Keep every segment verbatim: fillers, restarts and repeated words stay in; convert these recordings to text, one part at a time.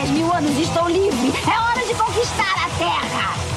dez mil anos estou livre. É hora de conquistar a Terra.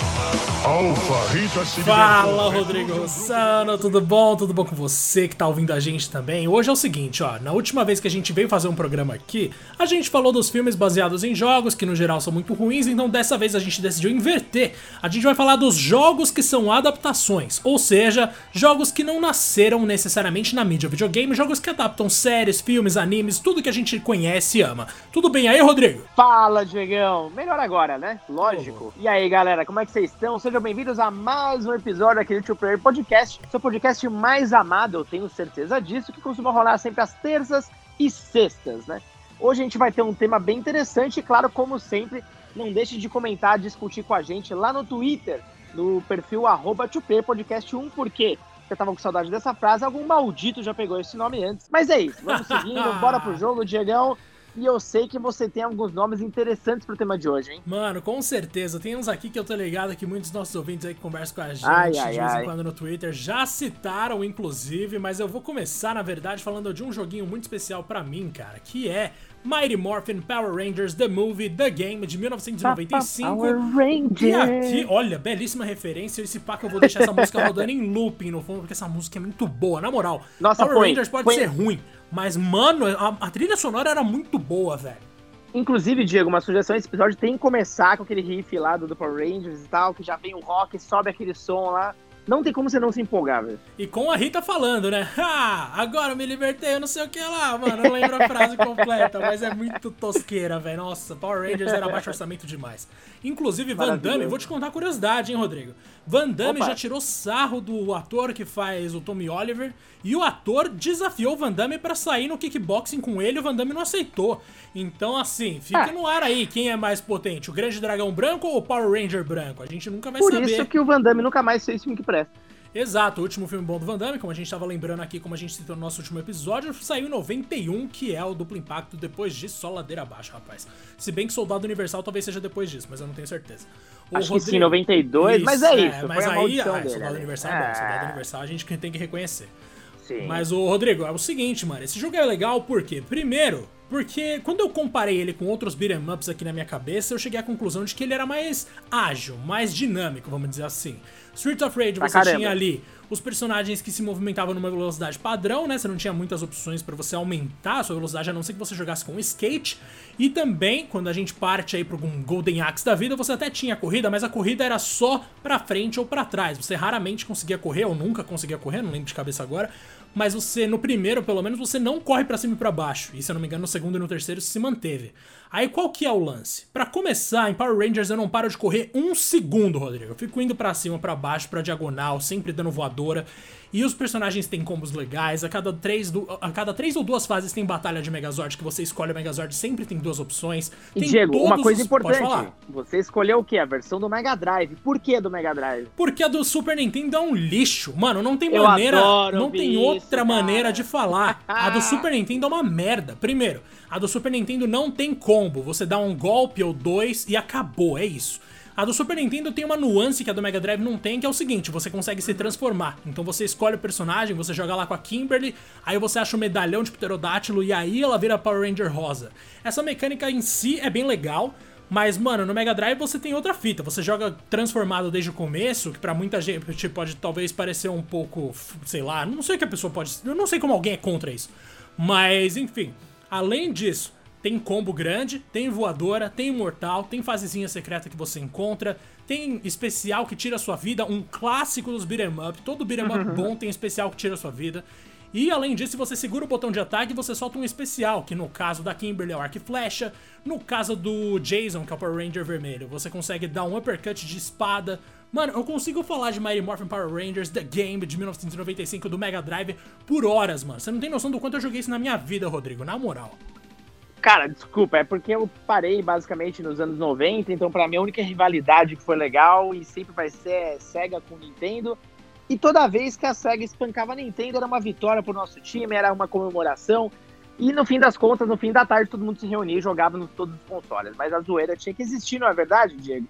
Alfa, Rita se Fala, Rodrigo Rossano, tudo bom? Tudo bom com você que tá ouvindo a gente também? Hoje é o seguinte, ó, na última vez que a gente veio fazer um programa aqui, a gente falou dos filmes baseados em jogos, que no geral são muito ruins, então dessa vez a gente decidiu inverter. A gente vai falar dos jogos que são adaptações, ou seja, jogos que não nasceram necessariamente na mídia videogame, jogos que adaptam séries, filmes, animes, tudo que a gente conhece e ama. Tudo bem aí, Rodrigo? Fala, Diegão! Melhor agora, né? Lógico. Oh. E aí, galera, como é que vocês estão? Sejam bem-vindos a mais um episódio aqui do Two Player Podcast, seu podcast mais amado, eu tenho certeza disso, que costuma rolar sempre às terças e sextas, né? Hoje a gente vai ter um tema bem interessante e, claro, como sempre, não deixe de comentar, discutir com a gente lá no Twitter, no perfil arroba Two Player Podcast um, porque você tava com saudade dessa frase, algum maldito já pegou esse nome antes. Mas é isso, vamos seguindo, bora pro jogo, Diegão. E eu sei que você tem alguns nomes interessantes pro tema de hoje, hein? Mano, com certeza. Tem uns aqui que eu tô ligado que muitos dos nossos ouvintes aí que conversam com a gente ai, de ai, vez em ai. quando no Twitter já citaram, inclusive, mas eu vou começar, na verdade, falando de um joguinho muito especial pra mim, cara, que é Mighty Morphin Power Rangers The Movie, The Game, de mil novecentos e noventa e cinco. Power Rangers. E aqui, olha, belíssima referência. Esse pá que eu vou deixar essa música rodando em looping no fundo, porque essa música é muito boa, na moral. Nossa, Power põe, Rangers pode põe. ser ruim, mas, mano, a, a trilha sonora era muito boa, velho. Inclusive, Diego, uma sugestão, esse episódio tem que começar com aquele riff lá do, do Power Rangers e tal, que já vem o rock, sobe aquele som lá. Não tem como você não se empolgar, velho. E com a Rita falando, né? Ah, agora eu me libertei, eu não sei o que lá, mano. Eu não lembro a frase completa, mas é muito tosqueira, velho. Nossa, Power Rangers era baixo orçamento demais. Inclusive, Van Damme, vou te contar a curiosidade, hein, Rodrigo? Van Damme Opa. já tirou sarro do ator que faz o Tommy Oliver, e o ator desafiou o Van Damme pra sair no kickboxing com ele, e o Van Damme não aceitou. Então, assim, fica Ah. no ar aí, quem é mais potente, o Grande Dragão Branco ou o Power Ranger Branco? A gente nunca vai Por saber. isso que o Van Damme nunca mais fez filme que presta. Exato, o último filme bom do Van Damme, como a gente tava lembrando aqui, como a gente citou no nosso último episódio, saiu em noventa e um, que é o Duplo Impacto. Depois disso, só ladeira abaixo, rapaz. Se bem que Soldado Universal talvez seja depois disso, mas eu não tenho certeza. O Acho Rodrigo... que sim, noventa e dois, mas é isso, É, foi mas a aí, maldição ah, dele, Soldado né? Universal é bom, É. Soldado Universal a gente tem que reconhecer. Sim. Mas o Rodrigo, é o seguinte, mano, esse jogo é legal por quê? Primeiro, porque quando eu comparei ele com outros beat'em ups aqui na minha cabeça, eu cheguei à conclusão de que ele era mais ágil, mais dinâmico, vamos dizer assim. Streets of Rage, Pra você caramba. tinha ali os personagens que se movimentavam numa velocidade padrão, né? Você não tinha muitas opções pra você aumentar a sua velocidade, a não ser que você jogasse com skate. E também, quando a gente parte aí pro um Golden Axe da vida, você até tinha corrida, mas a corrida era só pra frente ou pra trás. Você raramente conseguia correr, ou nunca conseguia correr, não lembro de cabeça agora. Mas você, no primeiro, pelo menos, você não corre pra cima e pra baixo. E, se eu não me engano, no segundo e no terceiro se manteve. Aí, qual que é o lance? Pra começar, em Power Rangers eu não paro de correr um segundo, Rodrigo. Eu fico indo pra cima, pra baixo, pra diagonal, sempre dando voadora. E os personagens têm combos legais. A cada três, du- a cada três ou duas fases tem batalha de Megazord, que você escolhe o Megazord, sempre tem duas opções. E, Tem Diego, uma todos coisa os- Pode importante, falar. você escolheu o quê? A versão do Mega Drive. Por que do Mega Drive? Porque a do Super Nintendo é um lixo. Mano, não tem Eu maneira. adoro Não ouvir tem isso, outra cara. maneira de falar. A do Super Nintendo é uma merda. Primeiro, a do Super Nintendo não tem combo. Você dá um golpe ou dois e acabou. É isso. A do Super Nintendo tem uma nuance que a do Mega Drive não tem, que é o seguinte, você consegue se transformar. Então você escolhe o personagem, você joga lá com a Kimberly, aí você acha o medalhão de pterodátilo e aí ela vira Power Ranger rosa. Essa mecânica em si é bem legal, mas, mano, no Mega Drive você tem outra fita. Você joga transformado desde o começo, que pra muita gente pode talvez parecer um pouco, sei lá, não sei o que a pessoa pode... Eu não sei como alguém é contra isso. Mas, enfim, além disso, tem combo grande, tem voadora, tem imortal, tem fasezinha secreta que você encontra, tem especial que tira a sua vida, um clássico dos beat'em up. Todo beat'em up bom tem especial que tira a sua vida. E além disso, se você segura o botão de ataque, você solta um especial, que no caso da Kimberly é o arco e flecha, no caso do Jason, que é o Power Ranger vermelho, você consegue dar um uppercut de espada. Mano, eu consigo falar de Mighty Morphin Power Rangers The Game de mil novecentos e noventa e cinco do Mega Drive por horas, mano. Você não tem noção do quanto eu joguei isso na minha vida, Rodrigo, na moral. Cara, desculpa, é porque eu parei basicamente nos anos noventa, então pra mim a única rivalidade que foi legal e sempre vai ser Sega com Nintendo. E toda vez que a Sega espancava a Nintendo era uma vitória pro nosso time, era uma comemoração. E no fim das contas, no fim da tarde, todo mundo se reunia e jogava em todos os consoles. Mas a zoeira tinha que existir, não é verdade, Diego?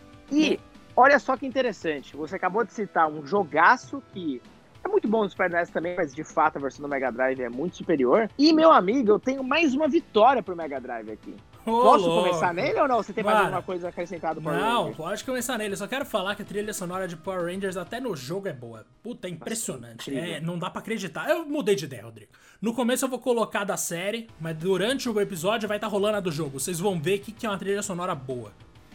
E olha só que interessante, você acabou de citar um jogaço que é muito bom no Super N E S também, mas de fato a versão do Mega Drive é muito superior. E, meu amigo, eu tenho mais uma vitória pro Mega Drive aqui. Posso louco. começar nele ou não? Você tem mais Mano, alguma coisa acrescentada do Power Não, Rangers? pode começar nele. Só quero falar que a trilha sonora de Power Rangers até no jogo é boa. Puta, é impressionante. Nossa, É, não dá pra acreditar. Eu mudei de ideia, Rodrigo. No começo eu vou colocar da série, mas durante o episódio vai estar rolando a do jogo. Vocês vão ver que, que é uma trilha sonora boa.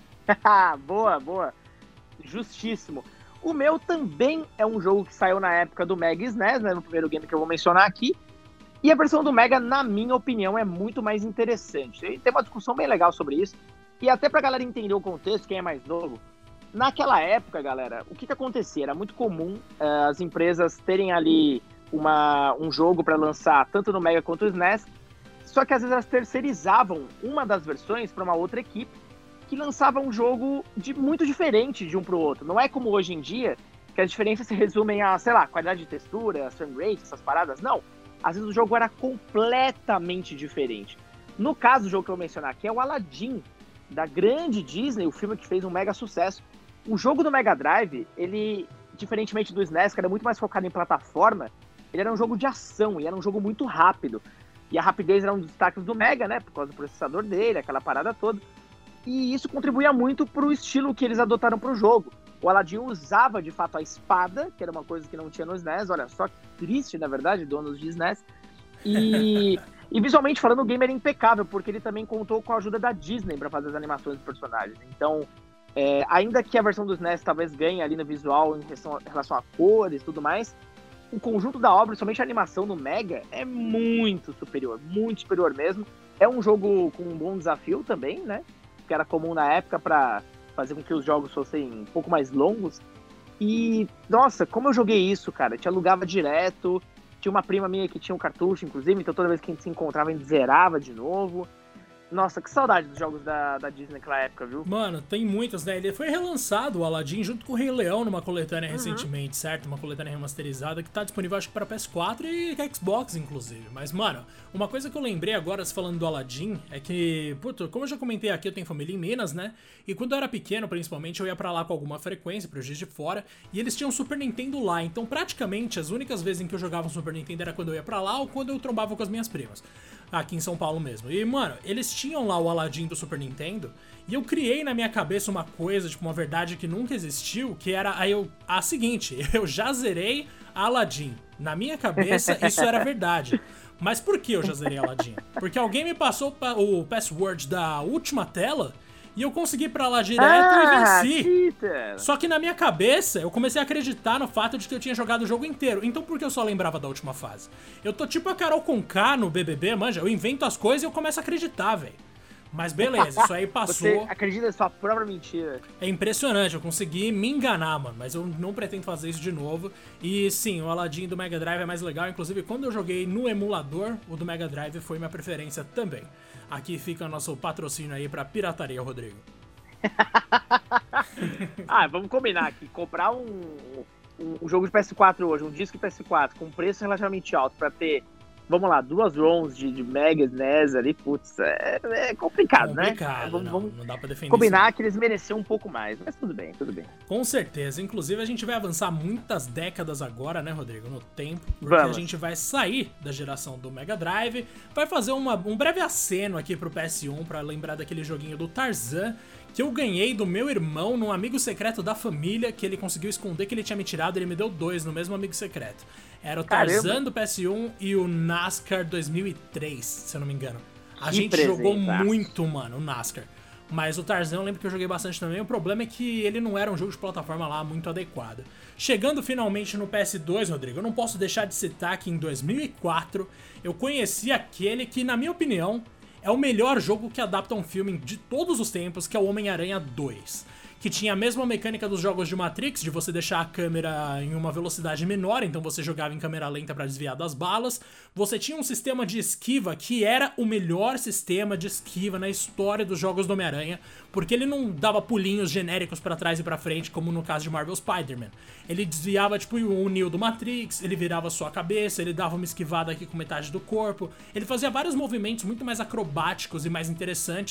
Boa, boa. Justíssimo. O meu também é um jogo que saiu na época do Mega S N E S, né, no primeiro game que eu vou mencionar aqui. E a versão do Mega, na minha opinião, é muito mais interessante. E tem uma discussão bem legal sobre isso. E até pra galera entender o contexto, quem é mais novo. Naquela época, galera, o que que acontecia? Era muito comum uh, as empresas terem ali uma, um jogo para lançar tanto no Mega quanto no S N E S. Só que às vezes elas terceirizavam uma das versões para uma outra equipe que lançava um jogo de, muito diferente de um pro outro. Não é como hoje em dia, que as diferenças se resumem a, sei lá, qualidade de textura, frame rate, essas paradas. Não. Às vezes o jogo era completamente diferente. No caso do jogo que eu vou mencionar aqui é o Aladdin, da grande Disney, o filme que fez um mega sucesso. O jogo do Mega Drive, ele, diferentemente do S N E S, que era muito mais focado em plataforma, ele era um jogo de ação e era um jogo muito rápido. E a rapidez era um dos destaques do Mega, né, por causa do processador dele, aquela parada toda. E isso contribuía muito pro estilo que eles adotaram pro jogo. O Aladdin usava, de fato, a espada, que era uma coisa que não tinha no S N E S. Olha só que triste, na verdade, donos de S N E S. E, e visualmente falando, o game era impecável, porque ele também contou com a ajuda da Disney para fazer as animações dos personagens. Então, é, ainda que a versão do S N E S talvez ganhe ali no visual em relação, em relação a cores e tudo mais, o conjunto da obra, somente a animação no Mega, é muito superior, muito superior mesmo. É um jogo com um bom desafio também, né? Que era comum na época para fazer com que os jogos fossem um pouco mais longos. E, nossa, como eu joguei isso, cara. Te alugava direto. Tinha uma prima minha que tinha um cartucho, inclusive, então toda vez que a gente se encontrava, a gente zerava de novo. Nossa, que saudade dos jogos da, da Disney naquela época, viu? Mano, tem muitas, né? Ele foi relançado, o Aladdin, junto com o Rei Leão, numa coletânea uhum. recentemente, certo? Uma coletânea remasterizada que tá disponível, acho que pra P S quatro e Xbox, inclusive. Mas, mano, uma coisa que eu lembrei agora, se falando do Aladdin, é que, puto, como eu já comentei aqui, eu tenho família em Minas, né? E quando eu era pequeno, principalmente, eu ia pra lá com alguma frequência, pro Juiz de Fora, e eles tinham Super Nintendo lá. Então, praticamente, as únicas vezes em que eu jogava um Super Nintendo era quando eu ia pra lá ou quando eu trombava com as minhas primas. Aqui em São Paulo mesmo. E, mano, eles tinham lá o Aladdin do Super Nintendo, e eu criei na minha cabeça uma coisa, tipo, uma verdade que nunca existiu, que era a, eu, a seguinte, eu já zerei Aladdin. Na minha cabeça, isso era verdade. Mas por que eu já zerei Aladdin? Porque alguém me passou o password da última tela, e eu consegui ir pra lá direto ah, e venci. Cheater. Só que na minha cabeça, eu comecei a acreditar no fato de que eu tinha jogado o jogo inteiro. Então por que eu só lembrava da última fase? Eu tô tipo a Carol Conká no B B B, manja. Eu invento as coisas e eu começo a acreditar, velho. Mas beleza, isso aí passou. Você acredita em sua própria mentira. É impressionante, eu consegui me enganar, mano. Mas eu não pretendo fazer isso de novo. E sim, o Aladdin do Mega Drive é mais legal. Inclusive, quando eu joguei no emulador, o do Mega Drive foi minha preferência também. Aqui fica o nosso patrocínio aí pra pirataria, Rodrigo. Ah, vamos combinar aqui. Comprar um, um, um jogo de P S quatro hoje, um disco de P S quatro, com preço relativamente alto pra ter, vamos lá, duas ROMs de, de Mega S N E S ali, putz, é, é complicado, né? Complicado, vamos, não, vamos não dá pra defender combinar isso. que eles mereciam um pouco mais, mas tudo bem, tudo bem. Com certeza, inclusive a gente vai avançar muitas décadas agora, né, Rodrigo, no tempo, porque Vamos. a gente vai sair da geração do Mega Drive, vai fazer uma, um breve aceno aqui pro P S um pra lembrar daquele joguinho do Tarzan, que eu ganhei do meu irmão num amigo secreto da família, que ele conseguiu esconder que ele tinha me tirado, ele me deu dois no mesmo amigo secreto. Era o Tarzan Caramba. do P S um e o NASCAR dois mil e três, se eu não me engano. A Que gente presentaço. jogou muito, mano, o NASCAR. Mas o Tarzan eu lembro que eu joguei bastante também. O problema é que ele não era um jogo de plataforma lá muito adequado. Chegando finalmente no P S dois, Rodrigo, eu não posso deixar de citar que em dois mil e quatro eu conheci aquele que, na minha opinião, é o melhor jogo que adapta um filme de todos os tempos, que é o Homem-Aranha dois. Que tinha a mesma mecânica dos jogos de Matrix, de você deixar a câmera em uma velocidade menor, então você jogava em câmera lenta pra desviar das balas. Você tinha um sistema de esquiva que era o melhor sistema de esquiva na história dos jogos do Homem-Aranha, porque ele não dava pulinhos genéricos pra trás e pra frente, como no caso de Marvel Spider-Man. Ele desviava tipo o Neo do Matrix, ele virava sua cabeça, ele dava uma esquivada aqui com metade do corpo, ele fazia vários movimentos muito mais acrobáticos e mais interessantes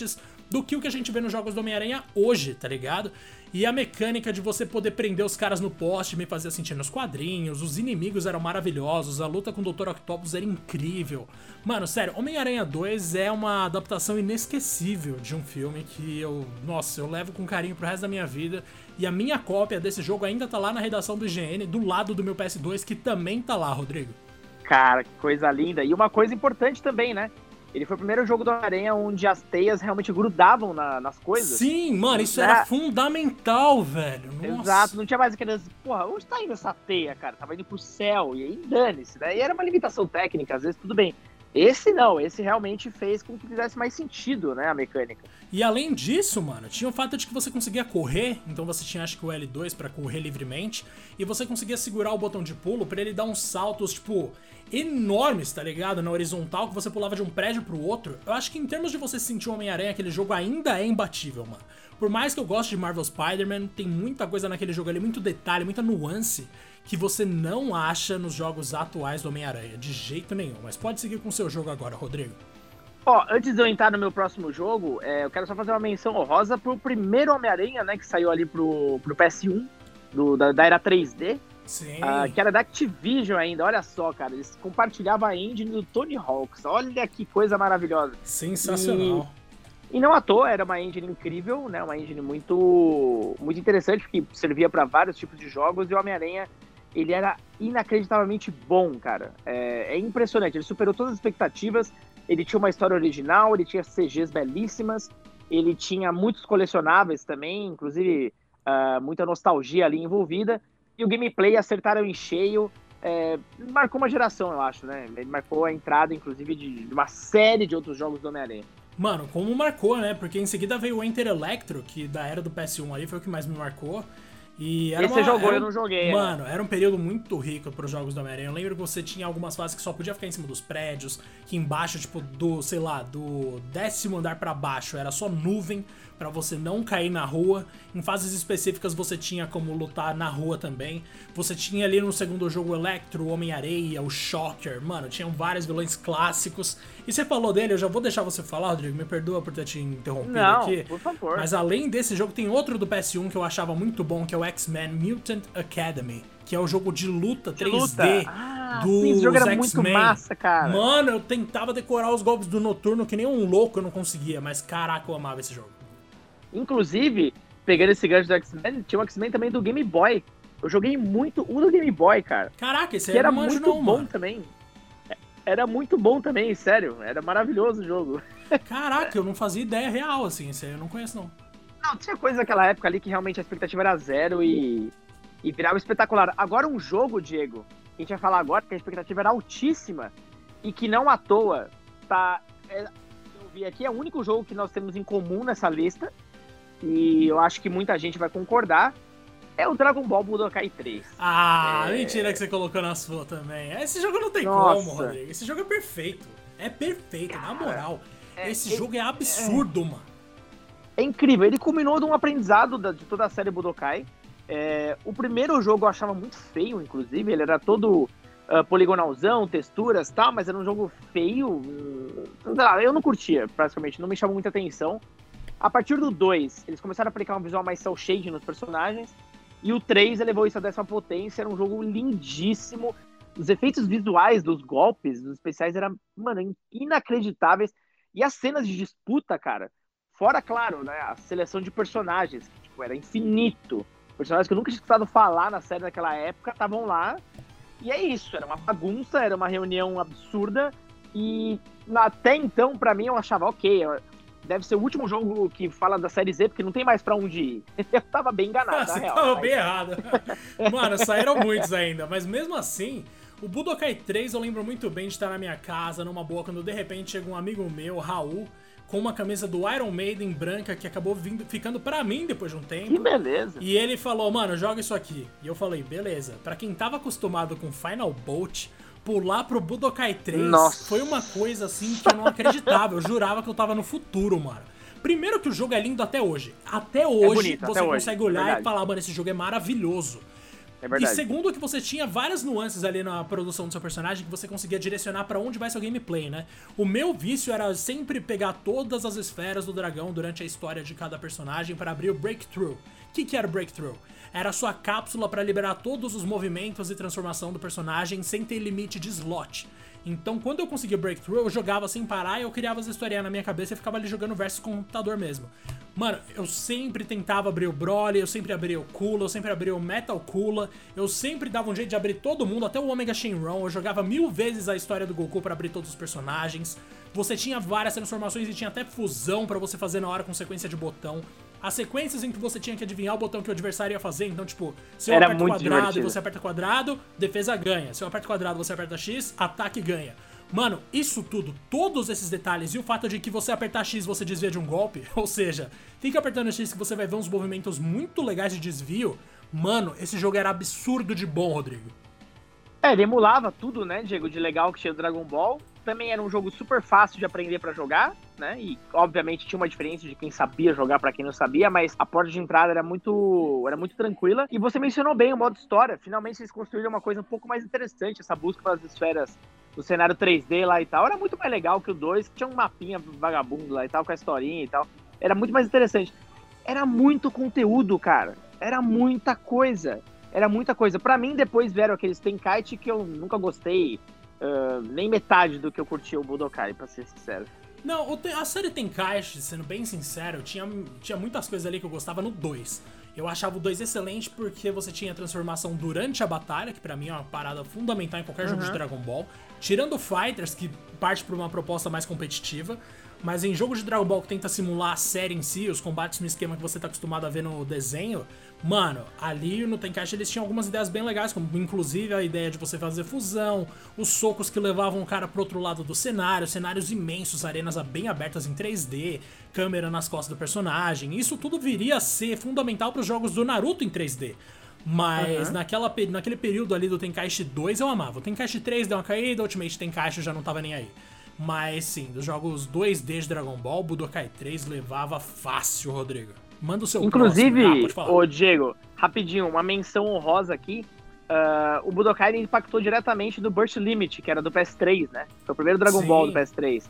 do que o que a gente vê nos jogos do Homem-Aranha hoje, tá ligado? E a mecânica de você poder prender os caras no poste me fazia sentir nos quadrinhos, os inimigos eram maravilhosos, a luta com o doutor Octopus era incrível. Mano, sério, Homem-Aranha dois é uma adaptação inesquecível de um filme que eu, nossa, eu levo com carinho pro resto da minha vida. E a minha cópia desse jogo ainda tá lá na redação do I G N, do lado do meu P S dois, que também tá lá, Rodrigo. Cara, que coisa linda. E uma coisa importante também, né? Ele foi o primeiro jogo do Homem-Aranha onde as teias realmente grudavam na, nas coisas. Sim, mano, isso É. era fundamental, velho. Nossa. Exato, não tinha mais aquelas... Porra, onde tá indo essa teia, cara? Tava indo pro céu, e aí dane-se, né? E era uma limitação técnica, às vezes tudo bem. Esse não, esse realmente fez com que fizesse mais sentido, né, a mecânica. E além disso, mano, tinha o fato de que você conseguia correr, então você tinha acho que o L dois pra correr livremente, e você conseguia segurar o botão de pulo pra ele dar uns saltos, tipo, enormes, tá ligado? Na horizontal, que você pulava de um prédio pro outro. Eu acho que em termos de você sentir o Homem-Aranha, aquele jogo ainda é imbatível, mano. Por mais que eu goste de Marvel Spider-Man, tem muita coisa naquele jogo ali, muito detalhe, muita nuance, que você não acha nos jogos atuais do Homem-Aranha, de jeito nenhum. Mas pode seguir com o seu jogo agora, Rodrigo. Ó, antes de eu entrar no meu próximo jogo, é, eu quero só fazer uma menção honrosa pro primeiro Homem-Aranha, né, que saiu ali pro, pro P S um, do, da, da era três D, Sim. ah, que era da Activision ainda, olha só, cara, eles compartilhavam a engine do Tony Hawks, olha que coisa maravilhosa. Sensacional. E, e não à toa, era uma engine incrível, né, uma engine muito, muito interessante, que servia para vários tipos de jogos, e o Homem-Aranha, ele era inacreditavelmente bom, cara, é, é impressionante, ele superou todas as expectativas. Ele tinha uma história original, ele tinha C Gs belíssimas, ele tinha muitos colecionáveis também, inclusive uh, muita nostalgia ali envolvida, e o gameplay acertaram em cheio, é, marcou uma geração, eu acho, né? Ele marcou a entrada, inclusive, de, de uma série de outros jogos do Homem-Aranha. Mano, como marcou, né? Porque em seguida veio o Enter Electro, que da era do P S um ali foi o que mais me marcou. E era Esse uma, você jogou, era, eu não joguei. Mano, era um período muito rico pros jogos do Homem-Aranha. Eu lembro que você tinha algumas fases que só podia ficar em cima dos prédios, que embaixo, tipo, do, sei lá, do décimo andar pra baixo era só nuvem pra você não cair na rua. Em fases específicas você tinha como lutar na rua também. Você tinha ali no segundo jogo o Electro, o Homem-Areia, o Shocker. Mano, tinham vários vilões clássicos. E você falou dele, eu já vou deixar você falar, Rodrigo. Me perdoa por ter te interrompido não, aqui. por favor. Mas além desse jogo, tem outro do P S um que eu achava muito bom, que é o X-Men Mutant Academy, que é o jogo de luta De três D luta. Ah, dos sim, esse jogo era muito X-Men. massa, cara. Mano, eu tentava decorar os golpes do Noturno que nem um louco, eu não conseguia, mas caraca, eu amava esse jogo. Inclusive, pegando esse gancho do X-Men, tinha um X-Men também do Game Boy. Eu joguei muito o do Game Boy, cara. Caraca, esse aí Que eu era não manjo muito não, bom mano. também. Era muito bom também, sério. Era maravilhoso o jogo. Caraca, eu não fazia ideia real, assim, esse aí eu não conheço não. Não, tinha coisa naquela época ali que realmente a expectativa era zero e, e virava espetacular. Agora um jogo, Diego, que a gente vai falar agora, que a expectativa era altíssima e que não à toa tá... É, eu vi aqui, é o único jogo que nós temos em comum nessa lista e eu acho que muita gente vai concordar. É o Dragon Ball Budokai três. Ah, É. mentira que você colocou na sua também. Esse jogo não tem Nossa. como, Rodrigo. Esse jogo é perfeito. É perfeito, na moral. é- Esse é- jogo é absurdo, mano. É incrível, ele culminou de um aprendizado da- de toda a série Budokai. É, o primeiro jogo eu achava muito feio, inclusive, ele era todo uh, poligonalzão, texturas e tal, mas era um jogo feio. hum, sei lá, eu não curtia, praticamente, não me chamou muita atenção. A partir do dois, eles começaram a aplicar um visual mais cel shade nos personagens, e o três elevou isso a décima potência, era um jogo lindíssimo. Os efeitos visuais dos golpes, dos especiais, eram, mano, inacreditáveis. E as cenas de disputa, cara, fora, claro, né, a seleção de personagens, que tipo, era infinito. Personagens que eu nunca tinha escutado falar na série naquela época, estavam lá. E é isso, era uma bagunça, era uma reunião absurda. E até então, pra mim, eu achava, ok, deve ser o último jogo que fala da série Z, porque não tem mais pra onde ir. Eu tava bem enganado, na Você real. tava mas- bem errado. Mano, saíram muitos ainda, mas mesmo assim, o Budokai três eu lembro muito bem de estar na minha casa, numa boa, quando de repente chega um amigo meu, Raul, com uma camisa do Iron Maiden branca, que acabou vindo, ficando pra mim depois de um tempo. Que beleza. E ele falou, mano, joga isso aqui. E eu falei, beleza. Pra quem tava acostumado com Final Bolt, pular pro Budokai três Nossa. foi uma coisa assim que eu não acreditava. Eu jurava que eu tava no futuro, mano. Primeiro que o jogo é lindo até hoje. Até hoje bonito, você até hoje, consegue olhar verdade. e falar, mano, esse jogo é maravilhoso. É verdade. E segundo que você tinha várias nuances ali na produção do seu personagem que você conseguia direcionar pra onde vai seu gameplay, né? O meu vício era sempre pegar todas as esferas do dragão durante a história de cada personagem pra abrir o Breakthrough. O que, que era o Breakthrough? Era a sua cápsula pra liberar todos os movimentos e transformação do personagem sem ter limite de slot. Então, quando eu conseguia Breakthrough, eu jogava sem parar e eu criava as historinhas na minha cabeça e ficava ali jogando versus computador mesmo. Mano, eu sempre tentava abrir o Broly, eu sempre abria o Kula, eu sempre abria o Metal Kula, eu sempre dava um jeito de abrir todo mundo, até o Omega Shenron, eu jogava mil vezes a história do Goku pra abrir todos os personagens. Você tinha várias transformações e tinha até fusão pra você fazer na hora com sequência de botão. As sequências em que você tinha que adivinhar o botão que o adversário ia fazer, então tipo, se eu Era aperto muito quadrado divertido. e você aperta quadrado, defesa ganha. Se eu aperto quadrado e você aperta X, ataque ganha. Mano, isso tudo, todos esses detalhes e o fato de que você apertar X você desvia de um golpe, ou seja, fica apertando X que você vai ver uns movimentos muito legais de desvio. Mano, esse jogo era absurdo de bom, Rodrigo. É, ele emulava tudo, né, Diego, de legal que tinha o Dragon Ball. Também era um jogo super fácil de aprender pra jogar, né, e obviamente tinha uma diferença de quem sabia jogar pra quem não sabia, mas a porta de entrada era muito, era muito tranquila. E você mencionou bem o modo história, finalmente eles construíram uma coisa um pouco mais interessante, essa busca pelas esferas do cenário três D lá e tal, era muito mais legal que o dois, que tinha um mapinha vagabundo lá e tal, com a historinha e tal, era muito mais interessante. Era muito conteúdo, cara, era muita coisa, era muita coisa. Pra mim, depois vieram aqueles Tenkaichi que eu nunca gostei, uh, nem metade do que eu curti o Budokai, pra ser sincero. Não, a série Tenkaichi, sendo bem sincero, tinha, tinha muitas coisas ali que eu gostava no dois. Eu achava o dois excelente porque você tinha transformação durante a batalha, que pra mim é uma parada fundamental em qualquer jogo Uhum. de Dragon Ball. Tirando Fighters, que parte por uma proposta mais competitiva. Mas em jogos de Dragon Ball que tenta simular a série em si, os combates no esquema que você tá acostumado a ver no desenho, mano, ali no Tenkaichi eles tinham algumas ideias bem legais, como inclusive a ideia de você fazer fusão, os socos que levavam o cara pro outro lado do cenário, cenários imensos, arenas bem abertas em três D, câmera nas costas do personagem. Isso tudo viria a ser fundamental pros jogos do Naruto em três D. Mas Uhum. naquela, naquele período ali do Tenkaichi dois eu amava. O Tenkaichi três deu uma caída, o Ultimate Tenkaichi eu já não tava nem aí. Mas sim, dos jogos dois D de Dragon Ball, Budokai três levava fácil, Rodrigo. Manda o seu Inclusive, próximo. Ah, pode falar. ô Diego, rapidinho, uma menção honrosa aqui. Uh, o Budokai impactou diretamente do Burst Limit, que era do P S três, né? Foi o primeiro Dragon Sim. Ball do P S três.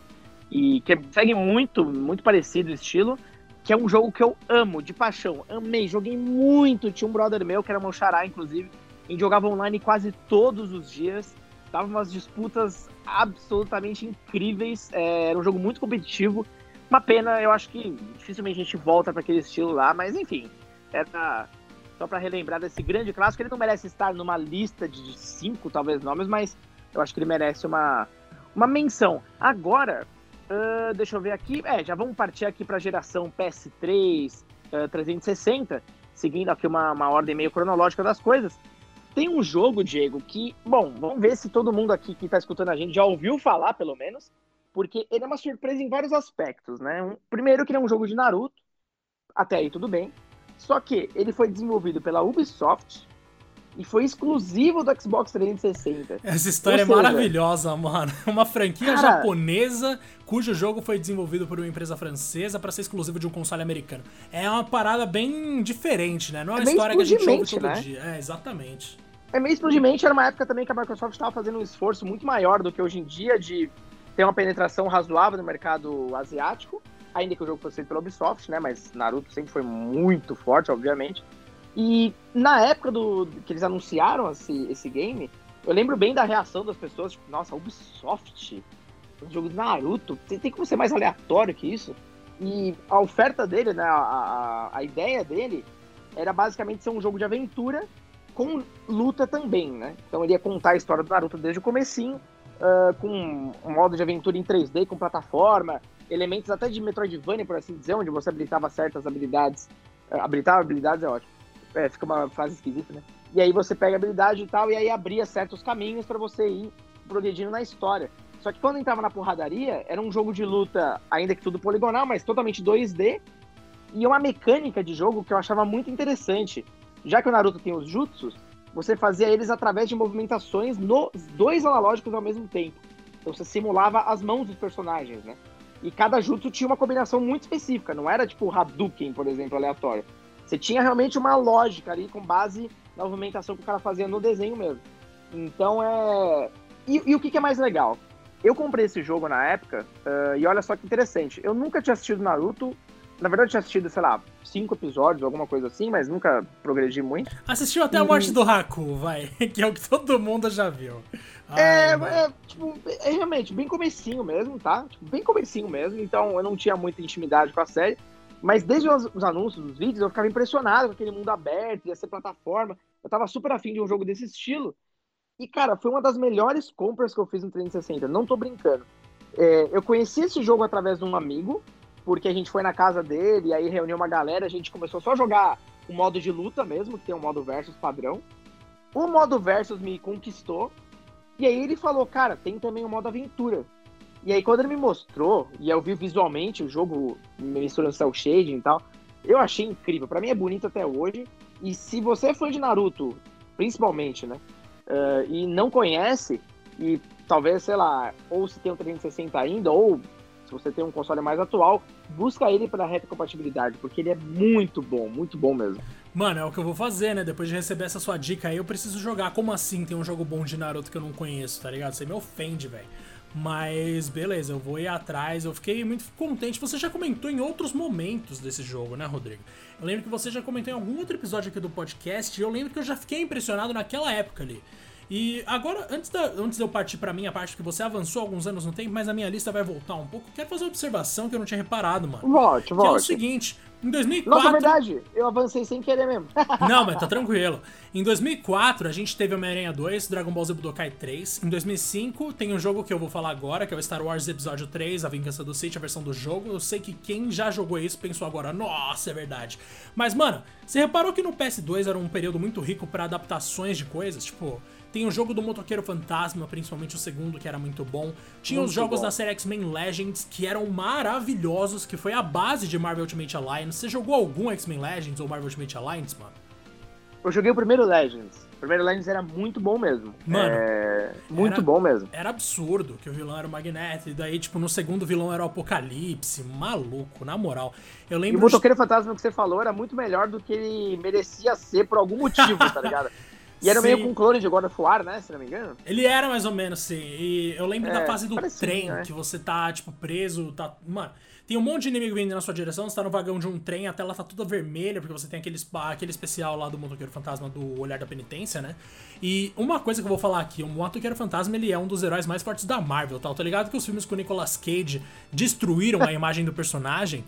E que segue muito, muito parecido o estilo. Que é um jogo que eu amo, de paixão. Amei, joguei muito. Tinha um brother meu, que era meu xará, inclusive. A gente jogava online quase todos os dias. Dava umas disputas absolutamente incríveis. É, era um jogo muito competitivo. Uma pena, eu acho que dificilmente a gente volta para aquele estilo lá, mas enfim. Era só para relembrar desse grande clássico. Ele não merece estar numa lista de cinco, talvez, nomes, mas eu acho que ele merece uma, uma menção. Agora, uh, deixa eu ver aqui. É, já vamos partir aqui para a geração P S três, uh, trezentos e sessenta, seguindo aqui uma, uma ordem meio cronológica das coisas. Tem um jogo, Diego, que, bom, vamos ver se todo mundo aqui que tá escutando a gente já ouviu falar, pelo menos, porque ele é uma surpresa em vários aspectos, né? Um, primeiro que ele é um jogo de Naruto, até aí tudo bem, só que ele foi desenvolvido pela Ubisoft e foi exclusivo do Xbox trezentos e sessenta. Essa história Ou é seja, maravilhosa, mano. Uma franquia cara, japonesa cujo jogo foi desenvolvido por uma empresa francesa pra ser exclusivo de um console americano. É uma parada bem diferente, né? Não é uma É meio história que a gente ouve explodimente, todo né? dia. É, exatamente. É meio explodimente, era uma época também que a Microsoft estava fazendo um esforço muito maior do que hoje em dia de ter uma penetração razoável no mercado asiático, ainda que o jogo fosse feito pela Ubisoft, né? Mas Naruto sempre foi muito forte, obviamente. E na época do que eles anunciaram esse, esse game, eu lembro bem da reação das pessoas, tipo, nossa, Ubisoft, um jogo de Naruto, tem, tem como ser mais aleatório que isso? E a oferta dele, né, a, a, a ideia dele era basicamente ser um jogo de aventura com luta também, né? Então ele ia contar a história do Naruto desde o comecinho, uh, com um modo de aventura em três D, com plataforma, elementos até de Metroidvania, por assim dizer, onde você habilitava certas habilidades. Uh, habilitava habilidades é ótimo. É, fica uma frase esquisita, né? E aí você pega a habilidade e tal, e aí abria certos caminhos pra você ir progredindo na história. Só que quando entrava na porradaria, era um jogo de luta, ainda que tudo poligonal, mas totalmente dois D, e uma mecânica de jogo que eu achava muito interessante. Já que o Naruto tem os jutsus, você fazia eles através de movimentações nos dois analógicos ao mesmo tempo. Então você simulava as mãos dos personagens, né? E cada jutsu tinha uma combinação muito específica, não era tipo Hadouken, por exemplo, aleatório. Você tinha realmente uma lógica ali com base na movimentação que o cara fazia no desenho mesmo. Então é... E, e o que, que é mais legal? Eu comprei esse jogo na época, uh, e olha só que interessante, eu nunca tinha assistido Naruto, na verdade eu tinha assistido, sei lá, cinco episódios, alguma coisa assim, mas nunca progredi muito. Assistiu até a morte do Haku, vai, que é o que todo mundo já viu. É, Ai, é, tipo, é realmente bem comecinho mesmo, tá? Tipo, bem comecinho mesmo, então eu não tinha muita intimidade com a série, mas desde os, os anúncios, os vídeos, eu ficava impressionado com aquele mundo aberto, ia ser plataforma, eu tava super afim de um jogo desse estilo. E, cara, foi uma das melhores compras que eu fiz no trezentos e sessenta, não tô brincando. É, eu conheci esse jogo através de um amigo, porque a gente foi na casa dele, e aí reuniu uma galera, a gente começou só a jogar o modo de luta mesmo, que tem um modo versus padrão. O modo versus me conquistou, e aí ele falou, cara, tem também o modo aventura. E aí quando ele me mostrou, e eu vi visualmente o jogo misturando cel shading e tal, eu achei incrível, pra mim é bonito até hoje, e se você é fã de Naruto, principalmente, né? Uh, e não conhece, e talvez, sei lá, ou se tem um trezentos e sessenta ainda, ou se você tem um console mais atual, busca ele pela retrocompatibilidade, porque ele é muito bom, muito bom mesmo. Mano, é o que eu vou fazer, né? Depois de receber essa sua dica aí, eu preciso jogar. Como assim tem um jogo bom de Naruto que eu não conheço, tá ligado? Você me ofende, velho. Mas, beleza, eu vou ir atrás. Eu fiquei muito contente. Você já comentou em outros momentos desse jogo, né, Rodrigo? Eu lembro que você já comentou em algum outro episódio aqui do podcast. E eu lembro que eu já fiquei impressionado naquela época ali. E agora, antes, da, antes de eu partir pra minha parte, que você avançou alguns anos no tempo, mas a minha lista vai voltar um pouco, quero fazer uma observação que eu não tinha reparado, mano. Volte, volte. Que é o seguinte, em dois mil e quatro... Nossa, verdade, eu avancei sem querer mesmo. Não, mas tá tranquilo. Em dois mil e quatro, a gente teve Homem-Aranha dois, Dragon Ball Z Budokai três. Em dois mil e cinco, tem um jogo que eu vou falar agora, que é o Star Wars Episódio três, A Vingança do Sith, a versão do jogo. Eu sei que quem já jogou isso pensou agora, nossa, é verdade. Mas, mano, você reparou que no P S dois era um período muito rico pra adaptações de coisas? Tipo... Tem o jogo do Motoqueiro Fantasma, principalmente o segundo, que era muito bom. Tinha muito os jogos bom. da série X-Men Legends, que eram maravilhosos, que foi a base de Marvel Ultimate Alliance. Você jogou algum X-Men Legends ou Marvel Ultimate Alliance, mano? Eu joguei o primeiro Legends. O primeiro Legends era muito bom mesmo. Mano, é... muito era, bom mesmo. Era absurdo que o vilão era o Magneto, e daí, tipo, no segundo vilão era o Apocalipse. Maluco, na moral. Eu lembro... E o Motoqueiro de... Fantasma que você falou era muito melhor do que ele merecia ser por algum motivo, tá ligado? E era sim. meio com um clone de God of War, né? Se não me engano. Ele era mais ou menos, sim. E eu lembro é, da fase do trem, né? que você tá, tipo, preso, tá... Mano, tem um monte de inimigo vindo na sua direção, você tá no vagão de um trem, a tela tá toda vermelha, porque você tem aquele, aquele especial lá do Motoqueiro Fantasma do Olhar da Penitência, né? E uma coisa que eu vou falar aqui, o Motoqueiro Fantasma, ele é um dos heróis mais fortes da Marvel, tá? Eu tô ligado que os filmes com o Nicolas Cage destruíram a imagem do personagem,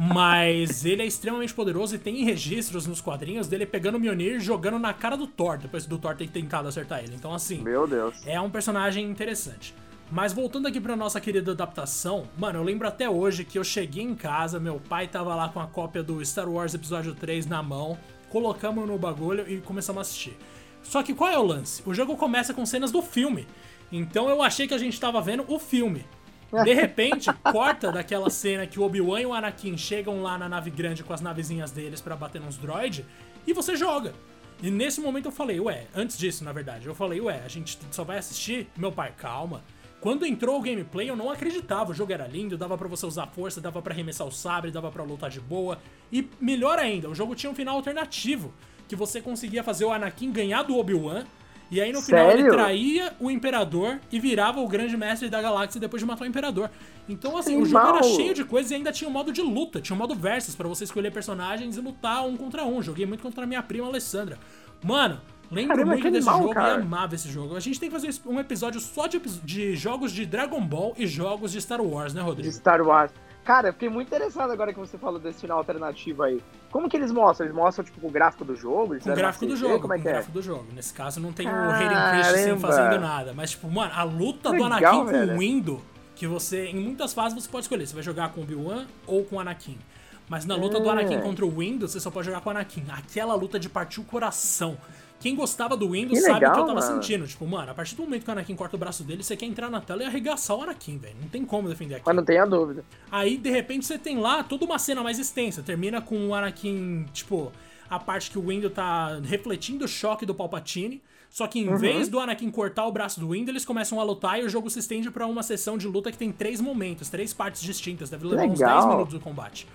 mas ele é extremamente poderoso e tem registros nos quadrinhos dele pegando o Mjolnir e jogando na cara do Thor, depois do Thor ter tentado acertar ele. Então, assim... Meu Deus. É um personagem interessante. Mas voltando aqui pra nossa querida adaptação, mano, eu lembro até hoje que eu cheguei em casa, meu pai tava lá com a cópia do Star Wars Episódio três na mão, colocamos no bagulho e começamos a assistir. Só que qual é o lance? O jogo começa com cenas do filme, então eu achei que a gente tava vendo o filme. De repente, corta daquela cena que o Obi-Wan e o Anakin chegam lá na nave grande com as navezinhas deles pra bater nos droids, e você joga. E nesse momento eu falei, ué, antes disso, na verdade, eu falei, ué, a gente só vai assistir? Meu pai, calma. Quando entrou o gameplay, eu não acreditava. O jogo era lindo, dava pra você usar força, dava pra arremessar o sabre, dava pra lutar de boa. E melhor ainda, o jogo tinha um final alternativo, que você conseguia fazer o Anakin ganhar do Obi-Wan, e aí no final Sério? ele traía o Imperador e virava o grande mestre da galáxia depois de matar o Imperador. Então assim, Sim, o jogo mal. era cheio de coisas e ainda tinha um modo de luta, tinha um modo versus pra você escolher personagens e lutar um contra um. Joguei muito contra a minha prima Alessandra. Mano... Lembro Caramba, muito desse animal, jogo cara. e amava esse jogo. A gente tem que fazer um episódio só de, de jogos de Dragon Ball e jogos de Star Wars, né, Rodrigo? De Star Wars. Cara, eu fiquei muito interessado agora que você falou desse final alternativo aí. Como que eles mostram? Eles mostram, tipo, o gráfico do jogo? Eles Com o gráfico do jogo, como é com que o é? gráfico do jogo. Nesse caso não tem Caramba. o Hayden Christensen fazendo nada. Mas, tipo, mano, a luta Legal, do Anakin velho. com o Windo, que você, em muitas fases, você pode escolher. Você vai jogar com o Obi-Wan ou com o Anakin. Mas na luta É. do Anakin contra o Windo, você só pode jogar com o Anakin. Aquela luta de partir o coração. Quem gostava do Windows Que sabe o legal, que eu tava mano. sentindo. Tipo, mano, a partir do momento que o Anakin corta o braço dele, você quer entrar na tela e arregaçar o Anakin, velho. Não tem como defender aqui. Mas não tenha dúvida. Aí, de repente, você tem lá toda uma cena mais extensa. Termina com o Anakin, tipo, a parte que o Windu tá refletindo o choque do Palpatine. Só que em Uhum. vez do Anakin cortar o braço do Windu, eles começam a lutar e o jogo se estende pra uma sessão de luta que tem três momentos, três partes distintas. Deve levar uns Legal. dez minutos do combate.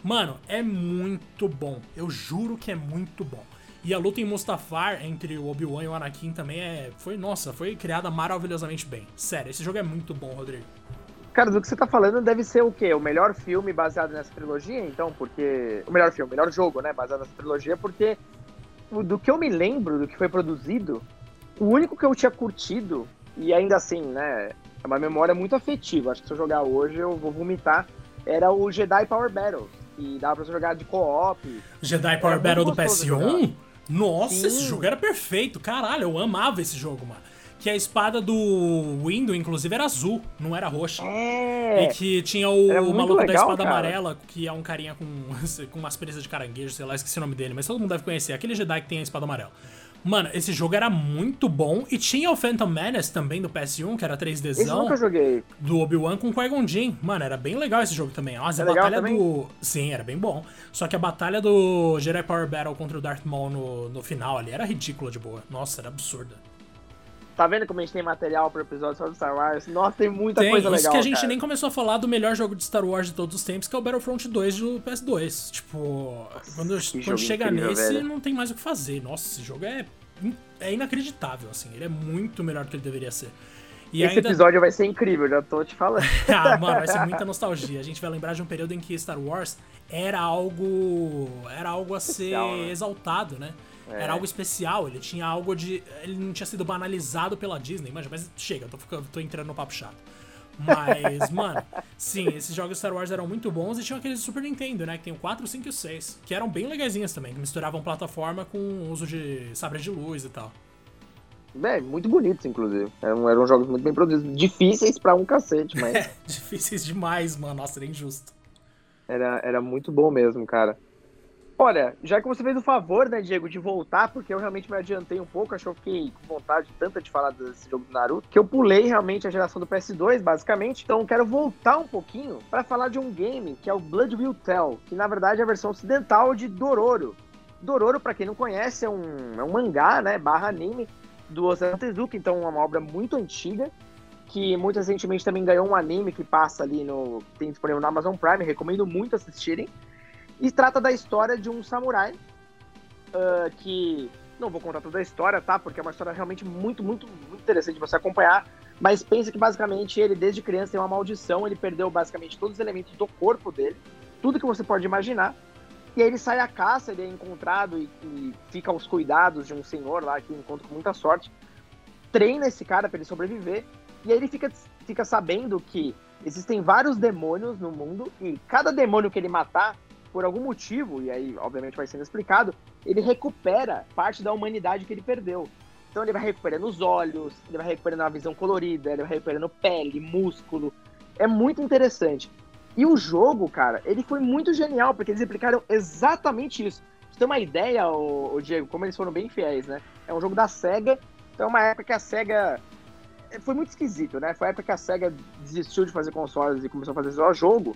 Mano, é muito bom. Eu juro que é muito bom. E a luta em Mustafar entre o Obi-Wan e o Anakin também é... Foi, nossa, foi criada maravilhosamente bem. Sério, esse jogo é muito bom, Rodrigo. Cara, do que você tá falando deve ser o quê? O melhor filme baseado nessa trilogia, então? Porque... O melhor filme, o melhor jogo, né? Baseado nessa trilogia, porque... Do que eu me lembro, do que foi produzido, o único que eu tinha curtido, e ainda assim, né? É uma memória muito afetiva. Acho que se eu jogar hoje eu vou vomitar. Era o Jedi Power Battle. E dava pra você jogar de co-op. Jedi Power Battle do P S um? Nossa, Sim. Esse jogo era perfeito. Caralho, eu amava esse jogo, mano. Que a espada do Windu, inclusive, era azul, não era roxa. É. E que tinha o Era muito maluco da legal, espada cara. amarela, que é um carinha com, com umas presas de caranguejo, sei lá, esqueci o nome dele, mas todo mundo deve conhecer. Aquele Jedi que tem a espada amarela. Mano, esse jogo era muito bom. E tinha o Phantom Menace também do P S um, que era Esse três Dzão. nunca joguei. Do Obi-Wan com Qui-Gon Jinn. Mano, era bem legal esse jogo também. Nossa, É a legal batalha também? do... Sim, era bem bom. Só que a batalha do Jedi Power Battle contra o Darth Maul no, no final ali era ridícula de boa. Nossa, era absurda. Tá vendo como a gente tem material pro episódio só do Star Wars? Nossa, tem muita Tem, coisa isso legal, que a gente cara. nem começou a falar do melhor jogo de Star Wars de todos os tempos, que é o Battlefront dois do P S dois. Tipo, quando, que quando jogo chega incrível, nesse, velho. não tem mais o que fazer. Nossa, esse jogo é, in- é inacreditável, assim. Ele é muito melhor do que ele deveria ser. E Esse ainda... episódio vai ser incrível, já tô te falando. Ah, mano, vai ser muita nostalgia. A gente vai lembrar de um período em que Star Wars era algo. Era algo a Especial, ser né? exaltado, né? É. Era algo especial, ele tinha algo de. Ele não tinha sido banalizado pela Disney, mas, mas chega, eu tô, ficando, tô entrando no papo chato. Mas, mano, sim, esses jogos Star Wars eram muito bons e tinham aqueles do Super Nintendo, né? Que tem o quatro, cinco e o seis, que eram bem legaisinhos também, que misturavam plataforma com uso de sabre de luz e tal. É, muito bonitos, inclusive. Eram, eram jogos muito bem produzidos. Difíceis pra um cacete, mas É, difíceis demais, mano. Nossa, era injusto. era, era muito bom mesmo, cara. Olha, já que você fez o favor, né, Diego, de voltar, porque eu realmente me adiantei um pouco, acho que eu fiquei com vontade tanta de falar desse jogo do Naruto, que eu pulei realmente a geração do P S dois, basicamente. Então eu quero voltar um pouquinho pra falar de um game que é o Blood Will Tell, que na verdade é a versão ocidental de Dororo. Dororo, pra quem não conhece, é um, é um mangá, né, barra anime, do Osamu Tezuka, então é uma obra muito antiga, que muito recentemente também ganhou um anime que passa ali no... tem disponível no Amazon Prime, recomendo muito assistirem. E trata da história de um samurai, uh, que... Não vou contar toda a história, tá? Porque é uma história realmente muito, muito, muito interessante de você acompanhar. Mas pensa que basicamente ele, desde criança, tem uma maldição. Ele perdeu basicamente todos os elementos do corpo dele. Tudo que você pode imaginar. E aí ele sai à caça, ele é encontrado e, e fica aos cuidados de um senhor lá que encontra com muita sorte. Treina esse cara para ele sobreviver. E aí ele fica, fica sabendo que existem vários demônios no mundo. E cada demônio que ele matar, por algum motivo, e aí obviamente vai sendo explicado, ele recupera parte da humanidade que ele perdeu. Então ele vai recuperando os olhos, ele vai recuperando a visão colorida, ele vai recuperando pele, músculo. É muito interessante. E o jogo, cara, ele foi muito genial, porque eles explicaram exatamente isso. Pra você ter uma ideia, ô, ô Diego, como eles foram bem fiéis, né? É um jogo da SEGA, então é uma época que a SEGA... Foi muito esquisito, né? Foi a época que a SEGA desistiu de fazer consoles e começou a fazer só jogo.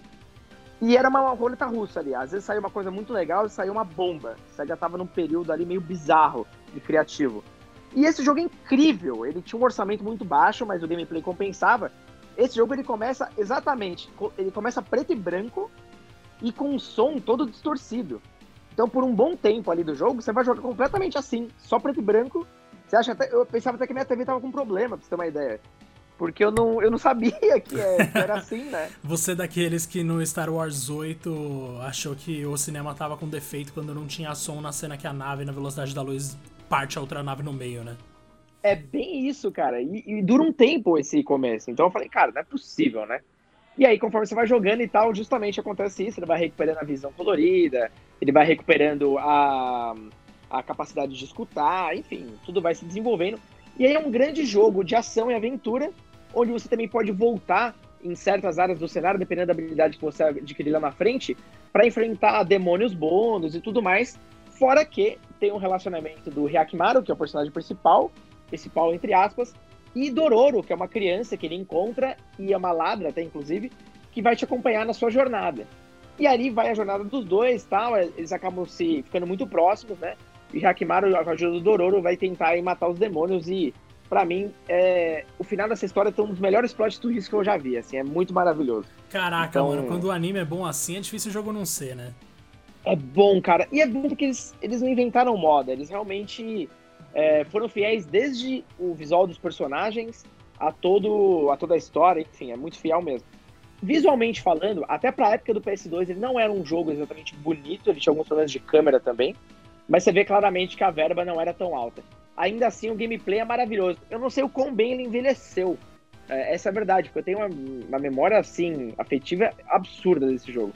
E era uma roleta russa ali. Às vezes saiu uma coisa muito legal e saiu uma bomba. A SEGA tava num período ali meio bizarro de criativo. E esse jogo é incrível. Ele tinha um orçamento muito baixo, mas o gameplay compensava. Esse jogo ele começa exatamente... Ele começa preto e branco e com um som todo distorcido. Então por um bom tempo ali do jogo, você vai jogar completamente assim, só preto e branco. Você acha até... Eu pensava até que minha T V tava com problema, pra você ter uma ideia. Porque eu não, eu não sabia que, é, que era assim, né? Você é daqueles que no Star Wars oito achou que o cinema tava com defeito quando não tinha som na cena que a nave, na velocidade da luz, parte a outra nave no meio, né? É bem isso, cara. E, e dura um tempo esse começo. Então eu falei, cara, não é possível, né? E aí, conforme você vai jogando e tal, justamente acontece isso. Ele vai recuperando a visão colorida, ele vai recuperando a, a capacidade de escutar, enfim, tudo vai se desenvolvendo. E aí é um grande jogo de ação e aventura, onde você também pode voltar em certas áreas do cenário, dependendo da habilidade que você adquirir lá na frente, para enfrentar demônios bônus e tudo mais. Fora que tem um relacionamento do Hyakimaru, que é o personagem principal, principal entre aspas, e Dororo, que é uma criança que ele encontra, e é uma ladra até, inclusive, que vai te acompanhar na sua jornada. E ali vai a jornada dos dois, tal, eles acabam se ficando muito próximos, né? E Hyakimaru, com a ajuda do Dororo, vai tentar ir matar os demônios e pra mim, é... o final dessa história é um dos melhores plot twists que eu já vi, assim, é muito maravilhoso. Caraca, então... mano, quando o anime é bom assim, é difícil o jogo não ser, né? É bom, cara. E é bom porque eles, eles não inventaram moda, eles realmente é, foram fiéis desde o visual dos personagens a, todo, a toda a história, enfim, é muito fiel mesmo. Visualmente falando, até pra época do P S dois, ele não era um jogo exatamente bonito, ele tinha alguns problemas de câmera também, mas você vê claramente que a verba não era tão alta. Ainda assim, o gameplay é maravilhoso. Eu não sei o quão bem ele envelheceu. É, essa é a verdade, porque eu tenho uma, uma memória, assim, afetiva absurda desse jogo.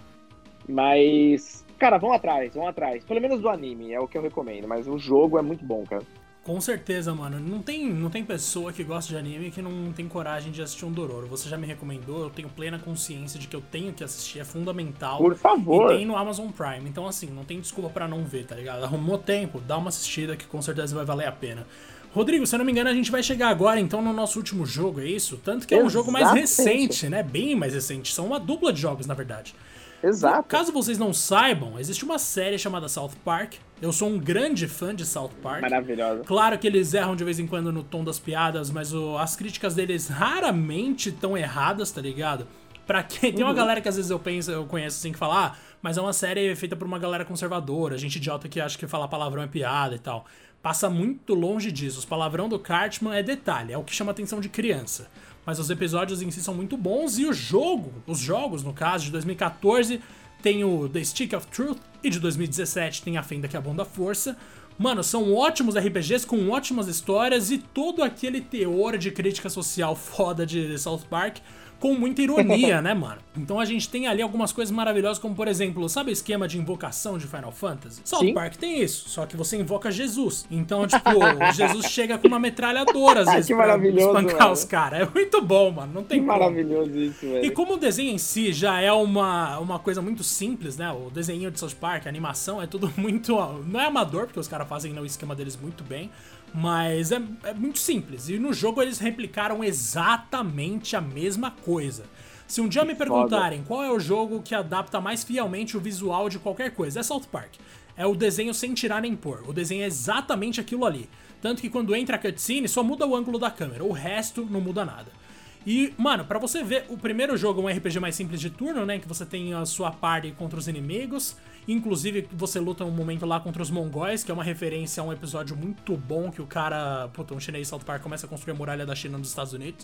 Mas, cara, vão atrás, vão atrás. Pelo menos do anime, é o que eu recomendo. Mas o jogo é muito bom, cara. Com certeza, mano. Não tem, não tem pessoa que gosta de anime que não tem coragem de assistir um Dororo. Você já me recomendou, eu tenho plena consciência de que eu tenho que assistir, é fundamental. Por favor. E tem no Amazon Prime. Então, assim, não tem desculpa pra não ver, tá ligado? Arrumou tempo, dá uma assistida que com certeza vai valer a pena. Rodrigo, se eu não me engano, a gente vai chegar agora, então, no nosso último jogo, é isso? Tanto que é um Exatamente. jogo mais recente, né? Bem mais recente. São uma dupla de jogos, na verdade. Exato. Caso vocês não saibam, existe uma série chamada South Park. Eu sou um grande fã de South Park. Maravilhosa. Claro que eles erram de vez em quando no tom das piadas, mas o, as críticas deles raramente estão erradas, tá ligado? Pra quem tem uma Uhum. galera que às vezes eu penso, eu conheço assim, que fala, ah, mas é uma série feita por uma galera conservadora, gente idiota que acha que falar palavrão é piada e tal. Passa muito longe disso. Os palavrão do Cartman é detalhe, é o que chama atenção de criança. Mas os episódios em si são muito bons e o jogo, os jogos, no caso, de dois mil e catorze, tem o The Stick of Truth e de dois mil e dezessete tem a Fenda que é a Bom da Força. Mano, são ótimos R P Gs com ótimas histórias e todo aquele teor de crítica social foda de South Park com muita ironia, né, mano? Então a gente tem ali algumas coisas maravilhosas, como por exemplo, sabe o esquema de invocação de Final Fantasy? South Sim. Park tem isso, só que você invoca Jesus. Então, tipo, Jesus chega com uma metralhadora, às vezes, Que pra maravilhoso, espancar mano. os caras. É muito bom, mano, não tem Que como. maravilhoso isso, velho. E como o desenho em si já é uma, uma coisa muito simples, né? O desenho de South Park, a animação, é tudo muito... Não é amador, porque os caras fazem no esquema deles muito bem, mas é, é muito simples. E no jogo eles replicaram exatamente a mesma coisa. Se um dia me perguntarem qual é o jogo que adapta mais fielmente o visual de qualquer coisa, é South Park. É o desenho sem tirar nem pôr. O desenho é exatamente aquilo ali. Tanto que quando entra a cutscene, só muda o ângulo da câmera. O resto não muda nada. E, mano, pra você ver, o primeiro jogo é um R P G mais simples de turno, né? Que você tem a sua party contra os inimigos. Inclusive, você luta um momento lá contra os mongóis, que é uma referência a um episódio muito bom que o cara, puta, um chinês South Park começa a construir a muralha da China nos Estados Unidos.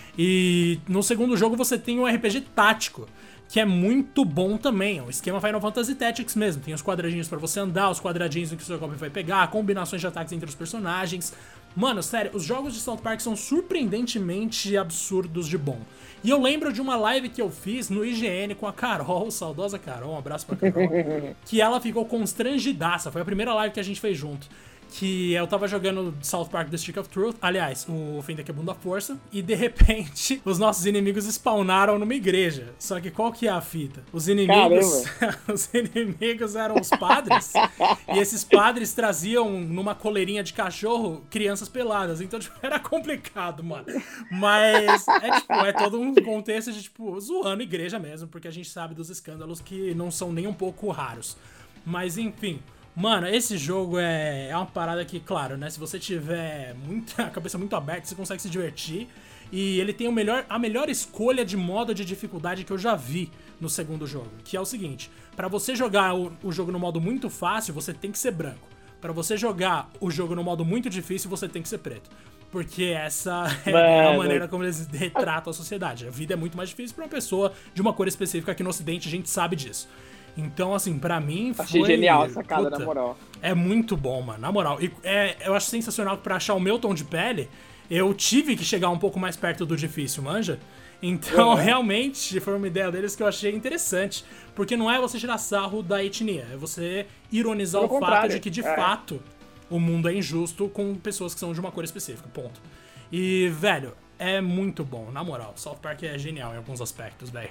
E no segundo jogo você tem um R P G tático, que é muito bom também. É um esquema Final Fantasy Tactics mesmo. Tem os quadradinhos pra você andar, os quadradinhos em que o seu golpe vai pegar, combinações de ataques entre os personagens. Mano, sério, os jogos de South Park são surpreendentemente absurdos de bom. E eu lembro de uma live que eu fiz no I G N com a Carol, saudosa Carol, um abraço pra Carol, que ela ficou constrangidaça. Foi a primeira live que a gente fez junto. Que eu tava jogando South park The Stick of Truth, aliás, o Fenda que é Bom da Força, e de repente os nossos inimigos spawnaram numa igreja. Só que qual que é a fita? Os inimigos, os inimigos eram os padres, e esses padres traziam numa coleirinha de cachorro crianças peladas. Então, tipo, era complicado, mano. Mas é tipo, é todo um contexto de, tipo, zoando igreja mesmo, porque a gente sabe dos escândalos que não são nem um pouco raros. Mas, enfim... Mano, esse jogo é, é uma parada que, claro, né? Se você tiver muita, a cabeça muito aberta, você consegue se divertir. E ele tem o melhor, a melhor escolha de modo de dificuldade que eu já vi no segundo jogo. Que é o seguinte, pra você jogar o, o jogo no modo muito fácil, você tem que ser branco. Pra você jogar o jogo no modo muito difícil, você tem que ser preto. Porque essa é Mano. a maneira como eles retratam a sociedade. A vida é muito mais difícil pra uma pessoa de uma cor específica. Aqui no Ocidente a gente sabe disso. Então, assim, pra mim foi... Achei genial a sacada, Puta, na moral. É muito bom, mano, na moral. E é, eu acho sensacional que pra achar o meu tom de pele, eu tive que chegar um pouco mais perto do difícil, manja? Então, Uhum. realmente, foi uma ideia deles que eu achei interessante. Porque não é você tirar sarro da etnia, é você ironizar Pelo o fato contrário, de que, de é. fato, o mundo é injusto com pessoas que são de uma cor específica, ponto. E, velho, é muito bom, na moral. South Park é genial em alguns aspectos, velho.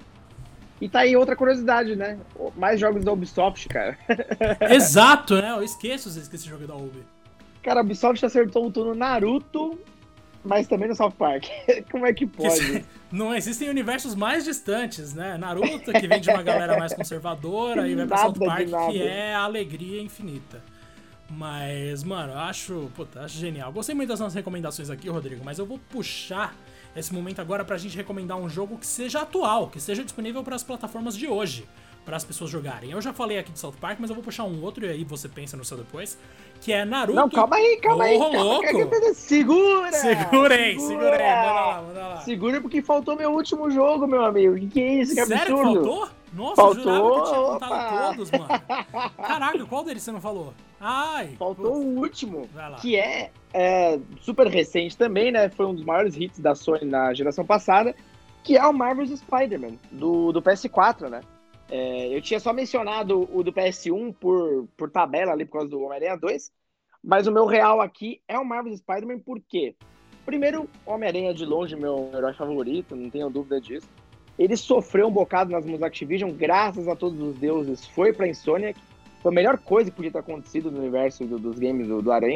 E tá aí outra curiosidade, né? Mais jogos da Ubisoft, cara. Exato, né? Eu esqueço às vezes que esse jogo é da Ubi. Cara, a Ubisoft acertou um turno no Naruto, mas também no South Park. Como é que pode? Não existem universos mais distantes, né? Naruto, que vem de uma galera mais conservadora, e vai pra Nada South de Park, nada. que é a alegria infinita. Mas, mano, eu acho, puta, acho genial. Gostei muito das nossas recomendações aqui, Rodrigo, mas eu vou puxar esse momento agora pra gente recomendar um jogo que seja atual, que seja disponível para as plataformas de hoje, para as pessoas jogarem. Eu já falei aqui de South Park, mas eu vou puxar um outro e aí você pensa no seu depois, que é Naruto. Não, calma aí, calma aí. Ô, calma, louco. calma, segura! Segurei, segura. segurei. Manda lá, manda lá. Segura porque faltou meu último jogo, meu amigo. Que que é isso? Que Sério absurdo. que faltou? Nossa, Faltou, eu jurava que eu tinha opa. contado todos, mano. Caraca, qual deles você não falou? Ai, Faltou putz. o último, Vai lá. que é, é super recente também, né? Foi um dos maiores hits da Sony na geração passada, que é o Marvel's Spider-Man, do, do P S quatro, né? É, eu tinha só mencionado o do P S um por, por tabela ali, por causa do Homem-Aranha dois, mas o meu real aqui é o Marvel's Spider-Man, por quê? Primeiro, Homem-Aranha é de longe meu herói favorito, não tenho dúvida disso. Ele sofreu um bocado nas mãos da Activision, graças a todos os deuses, foi pra Insomniac. Foi a melhor coisa que podia ter acontecido no universo do, dos games do, do Aranha.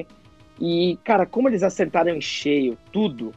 E, cara, como eles acertaram em cheio tudo,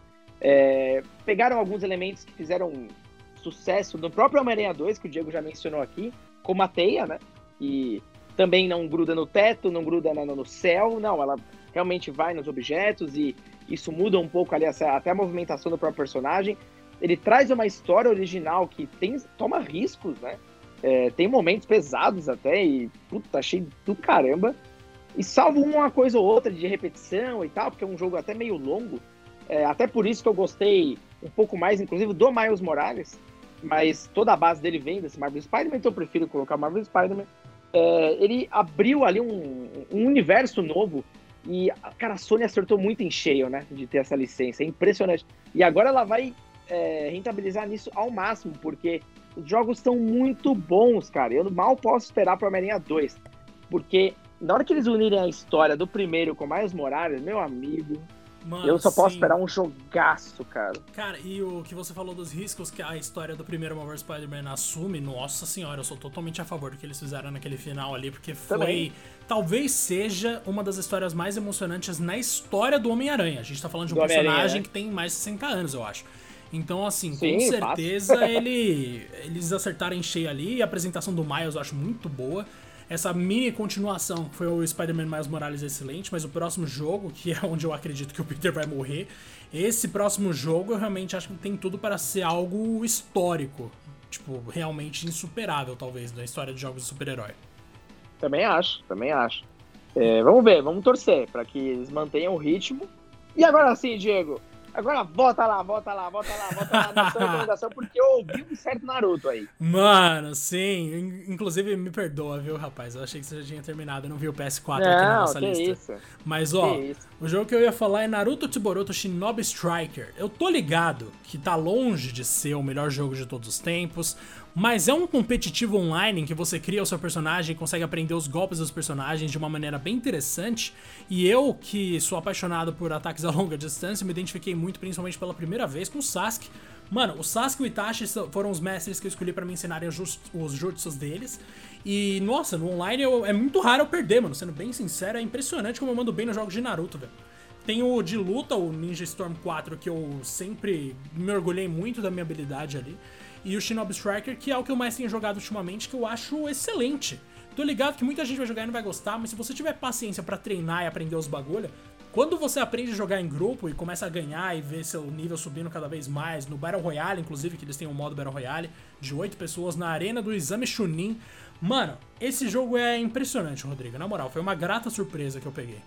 é, pegaram alguns elementos que fizeram sucesso no próprio Homem-Aranha dois, que o Diego já mencionou aqui, como a teia, né? E também não gruda no teto, não gruda no, no céu, não, ela realmente vai nos objetos e isso muda um pouco ali até a movimentação do próprio personagem. Ele traz uma história original que tem, toma riscos, né? É, tem momentos pesados até e, puta, achei do caramba. E salvo uma coisa ou outra de repetição e tal, porque é um jogo até meio longo. É, até por isso que eu gostei um pouco mais, inclusive, do Miles Morales. Mas toda a base dele vem desse Marvel Spider-Man, então eu prefiro colocar Marvel Spider-Man. É, ele abriu ali um, um universo novo e, cara, a Sony acertou muito em cheio, né? De ter essa licença, é impressionante. E agora ela vai é, rentabilizar nisso ao máximo, porque os jogos estão muito bons, cara. Eu mal posso esperar para o Homem-Aranha dois. Porque na hora que eles unirem a história do primeiro com Miles Morales, meu amigo, mano, eu só posso sim. esperar um jogaço, cara. Cara, e o que você falou dos riscos que a história do primeiro Marvel Spider-Man assume, nossa senhora, eu sou totalmente a favor do que eles fizeram naquele final ali, porque foi... Também. Talvez seja uma das histórias mais emocionantes na história do Homem-Aranha. A gente tá falando de um do personagem né? que tem mais de sessenta anos, eu acho. Então, assim, Sim, com certeza ele, eles acertaram em cheio ali. E a apresentação do Miles eu acho muito boa. Essa mini continuação foi o Spider-Man Miles Morales excelente, mas o próximo jogo, que é onde eu acredito que o Peter vai morrer, esse próximo jogo eu realmente acho que tem tudo para ser algo histórico. Tipo, realmente insuperável, talvez, na história de jogos de super-herói. Também acho, também acho. É, vamos ver, vamos torcer para que eles mantenham o ritmo. E agora sim, Diego, agora volta lá, volta lá, volta lá, volta lá na sua recomendação, porque eu ouvi um certo Naruto aí. Mano, sim. Inclusive, me perdoa, viu, rapaz? Eu achei que você já tinha terminado, eu não vi o P S quatro não, aqui na nossa que lista. Isso. Mas, ó, o jogo que eu ia falar é Naruto Tsuboruto Shinobi Striker. Eu tô ligado que tá longe de ser o melhor jogo de todos os tempos, mas é um competitivo online em que você cria o seu personagem e consegue aprender os golpes dos personagens de uma maneira bem interessante. E eu, que sou apaixonado por ataques a longa distância, me identifiquei muito, principalmente pela primeira vez, com o Sasuke. Mano, o Sasuke e o Itachi foram os mestres que eu escolhi pra me ensinarem os jutsus deles. E, nossa, no online eu, é muito raro eu perder, mano. Sendo bem sincero, é impressionante como eu mando bem nos jogos de Naruto, velho. Tem o de luta, o Ninja Storm quatro, que eu sempre me orgulhei muito da minha habilidade ali. E o Shinobi Striker, que é o que eu mais tenho jogado ultimamente, que eu acho excelente. Tô ligado que muita gente vai jogar e não vai gostar, mas se você tiver paciência pra treinar e aprender os bagulho, quando você aprende a jogar em grupo e começa a ganhar e ver seu nível subindo cada vez mais, no Battle Royale, inclusive, que eles têm um modo Battle Royale, de oito pessoas, na arena do Exame Chunin, mano, esse jogo é impressionante, Rodrigo, na moral, foi uma grata surpresa que eu peguei.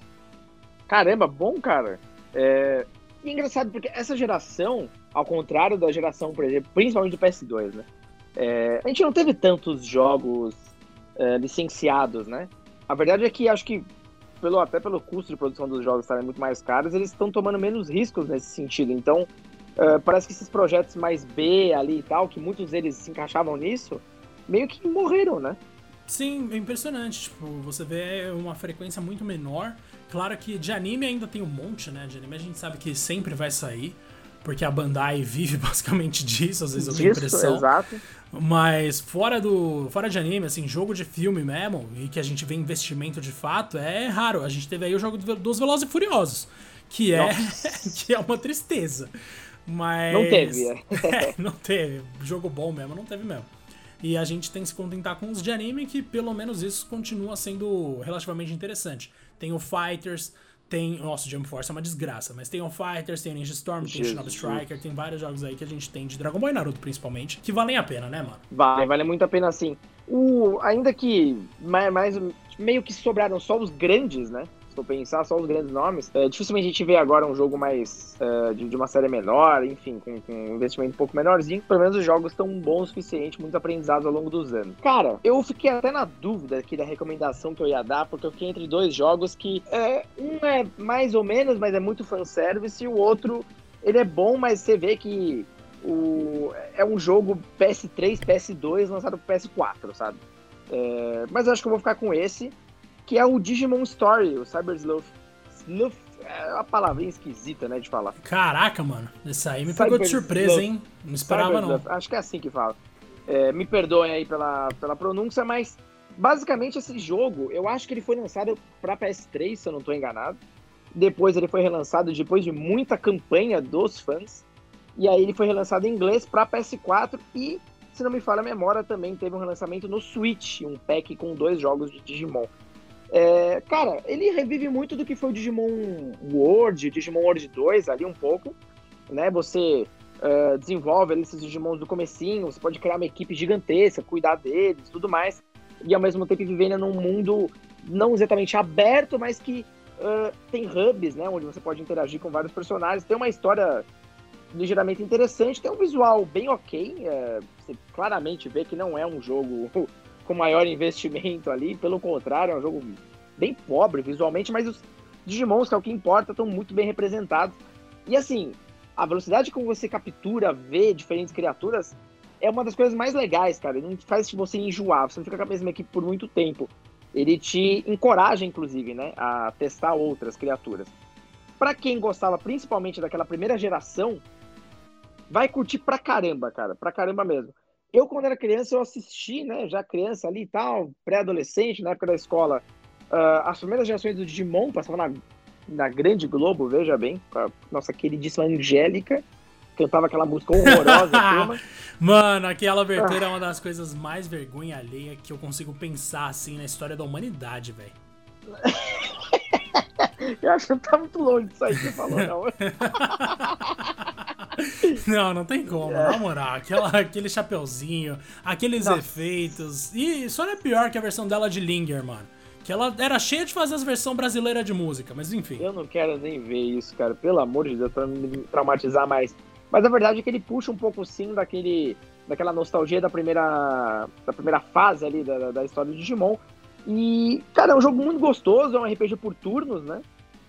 Caramba, bom, cara. É... E é engraçado, porque essa geração, ao contrário da geração, por exemplo, principalmente do P S dois, né? É... A gente não teve tantos jogos é, licenciados, né? A verdade é que acho que Pelo, até pelo custo de produção dos jogos estarem muito mais caros, eles estão tomando menos riscos nesse sentido. Então, uh, parece que esses projetos mais B ali e tal, que muitos deles se encaixavam nisso, meio que morreram, né? Sim, é impressionante. Tipo, você vê uma frequência muito menor. Claro que de anime ainda tem um monte, né? De anime a gente sabe que sempre vai sair, porque a Bandai vive basicamente disso, às vezes eu tenho impressão. Exato. Mas fora do fora de anime, assim, jogo de filme mesmo, e que a gente vê investimento de fato, é raro. A gente teve aí o jogo dos Velozes e Furiosos, que é, que é uma tristeza. Mas... Não teve, é. é. Não teve. Jogo bom mesmo, não teve mesmo. E a gente tem que se contentar com os de anime, que pelo menos isso continua sendo relativamente interessante. Tem o Fighters, tem... Nossa, o Jump Force é uma desgraça, mas tem o Fighters, tem o Ninja Storm, tem o Shinobi Striker, tem vários jogos aí que a gente tem de Dragon Ball e Naruto, principalmente, que valem a pena, né, mano? Vale, vale muito a pena, sim. O, ainda que mais, mais meio que sobraram só os grandes, né? Se for pensar, só os grandes nomes. É, dificilmente a gente vê agora um jogo mais uh, de, de uma série menor, enfim, com, com um investimento um pouco menorzinho. Pelo menos os jogos estão bons o suficiente, muitos aprendizados ao longo dos anos. Cara, eu fiquei até na dúvida aqui da recomendação que eu ia dar, porque eu fiquei entre dois jogos que é, um é mais ou menos, mas é muito fanservice, e o outro, ele é bom, mas você vê que O, é um jogo P S três, P S dois lançado pro P S quatro, sabe? É, mas eu acho que eu vou ficar com esse, que é o Digimon Story, o Cyber Sleuth. Sleuth é uma palavrinha esquisita, né, de falar. Caraca, mano. Esse aí me pegou Cyber de surpresa, Sleuth. hein? Não esperava, Cyber não. Sleuth. Acho que é assim que fala. É, me perdoem aí pela, pela pronúncia, mas basicamente esse jogo, eu acho que ele foi lançado pra P S três, se eu não tô enganado. Depois ele foi relançado depois de muita campanha dos fãs. E aí ele foi relançado em inglês para P S quatro e, se não me falha a memória, também teve um relançamento no Switch, um pack com dois jogos de Digimon. É, cara, ele revive muito do que foi o Digimon World, Digimon World dois ali um pouco, né? Você uh, desenvolve ali esses Digimons do comecinho, você pode criar uma equipe gigantesca, cuidar deles, tudo mais, e ao mesmo tempo viver num mundo não exatamente aberto, mas que uh, tem hubs, né? Onde você pode interagir com vários personagens, tem uma história ligeiramente interessante, tem um visual bem ok, é, você claramente vê que não é um jogo com maior investimento ali, pelo contrário, é um jogo bem pobre visualmente, mas os Digimons, que é o que importa, estão muito bem representados. E assim, a velocidade com você captura, vê diferentes criaturas, é uma das coisas mais legais, cara. Ele não faz você enjoar, você não fica com a mesma equipe por muito tempo. Ele te encoraja, inclusive, né, a testar outras criaturas. Pra quem gostava principalmente daquela primeira geração, vai curtir pra caramba, cara, pra caramba mesmo. Eu, quando era criança, eu assisti, né, já criança ali e tal, pré-adolescente, na época da escola, uh, as primeiras gerações do Digimon, passavam na, na Grande Globo, veja bem, com a nossa queridíssima Angélica, cantava aquela música horrorosa. tema. Mano, aquela abertura ah. é uma das coisas mais vergonha alheia que eu consigo pensar, assim, na história da humanidade, velho. Eu acho que não tá muito longe disso aí que você falou, não. Não, não tem como, é. na moral. Aquela, aquele chapeuzinho, aqueles Nossa. efeitos. E só não é pior que a versão dela de Linger, mano. Que ela era cheia de fazer as versões brasileiras de música, mas enfim. Eu não quero nem ver isso, cara. Pelo amor de Deus, pra me traumatizar mais. Mas a verdade é que ele puxa um pouco, sim, daquele, daquela nostalgia da primeira, da primeira fase ali da, da história do Digimon. E, cara, é um jogo muito gostoso, é um R P G por turnos, né?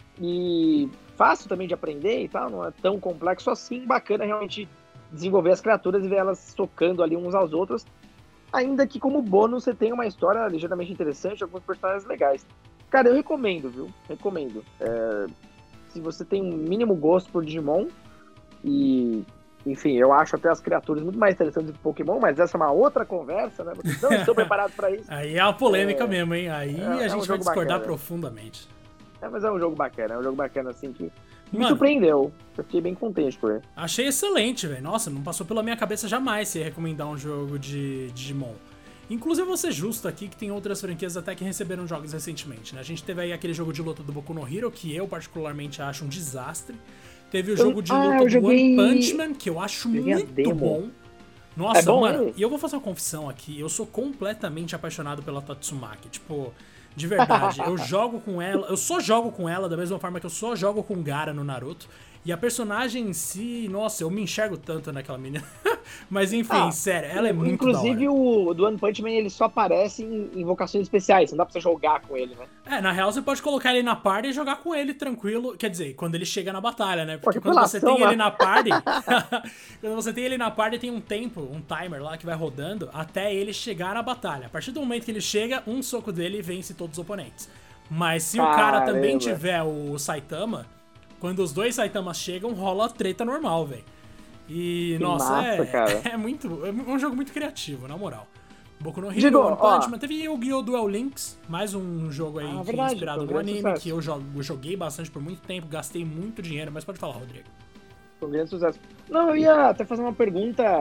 E fácil também de aprender e tal, não é tão complexo assim, bacana realmente desenvolver as criaturas e ver elas tocando ali uns aos outros, ainda que como bônus você tenha uma história ligeiramente interessante, alguns personagens legais. Cara, eu recomendo, viu? Recomendo. É, se você tem um mínimo gosto por Digimon, e, enfim, eu acho até as criaturas muito mais interessantes do que Pokémon, mas essa é uma outra conversa, né? Vocês não estão preparados para isso. Aí é uma polêmica é, mesmo, hein? Aí é, a é gente um vai discordar bacana. profundamente. É, mas é um jogo bacana, é um jogo bacana assim que me Mano, surpreendeu. Eu fiquei bem contente com ele. Achei excelente, velho. Nossa, não passou pela minha cabeça jamais se recomendar um jogo de Digimon. Inclusive, vou ser justo aqui que tem outras franquias até que receberam jogos recentemente, né? A gente teve aí aquele jogo de luta do Boku no Hero, que eu particularmente acho um desastre. Teve o jogo de luta ah, do joguei... One Punch Man, que eu acho joguei muito bom. Nossa, é bom, mano, hein? e eu vou fazer uma confissão aqui. Eu sou completamente apaixonado pela Tatsumaki. Tipo, de verdade, eu jogo com ela, eu só jogo com ela da mesma forma que eu só jogo com Gaara no Naruto. E a personagem em si, nossa, eu me enxergo tanto naquela menina. Mas enfim, ah, sério, ela é muito inclusive, da hora. o do One Punch Man, ele só aparece em invocações especiais, não dá pra você jogar com ele, né? É, na real você pode colocar ele na party e jogar com ele tranquilo. Quer dizer, quando ele chega na batalha, né? Porque Pô, quando você tem mano. ele na party... quando você tem ele na party, tem um tempo, um timer lá que vai rodando até ele chegar na batalha. A partir do momento que ele chega, um soco dele vence todos os oponentes. Mas se Caramba. o cara também tiver o Saitama, quando os dois Saitamas chegam, rola a treta normal, velho. E, que nossa, massa, é, cara. é muito. É um jogo muito criativo, na moral. Boku no Hero, Digo, One Punch ó, Man, teve Yu-Gi-Oh! Duel Links, mais um jogo aí ah, que verdade, é inspirado foi um no grande anime, sucesso. que eu, jogo, eu joguei bastante por muito tempo, gastei muito dinheiro, mas pode falar, Rodrigo. Foi um grande sucesso. Não, eu ia até fazer uma pergunta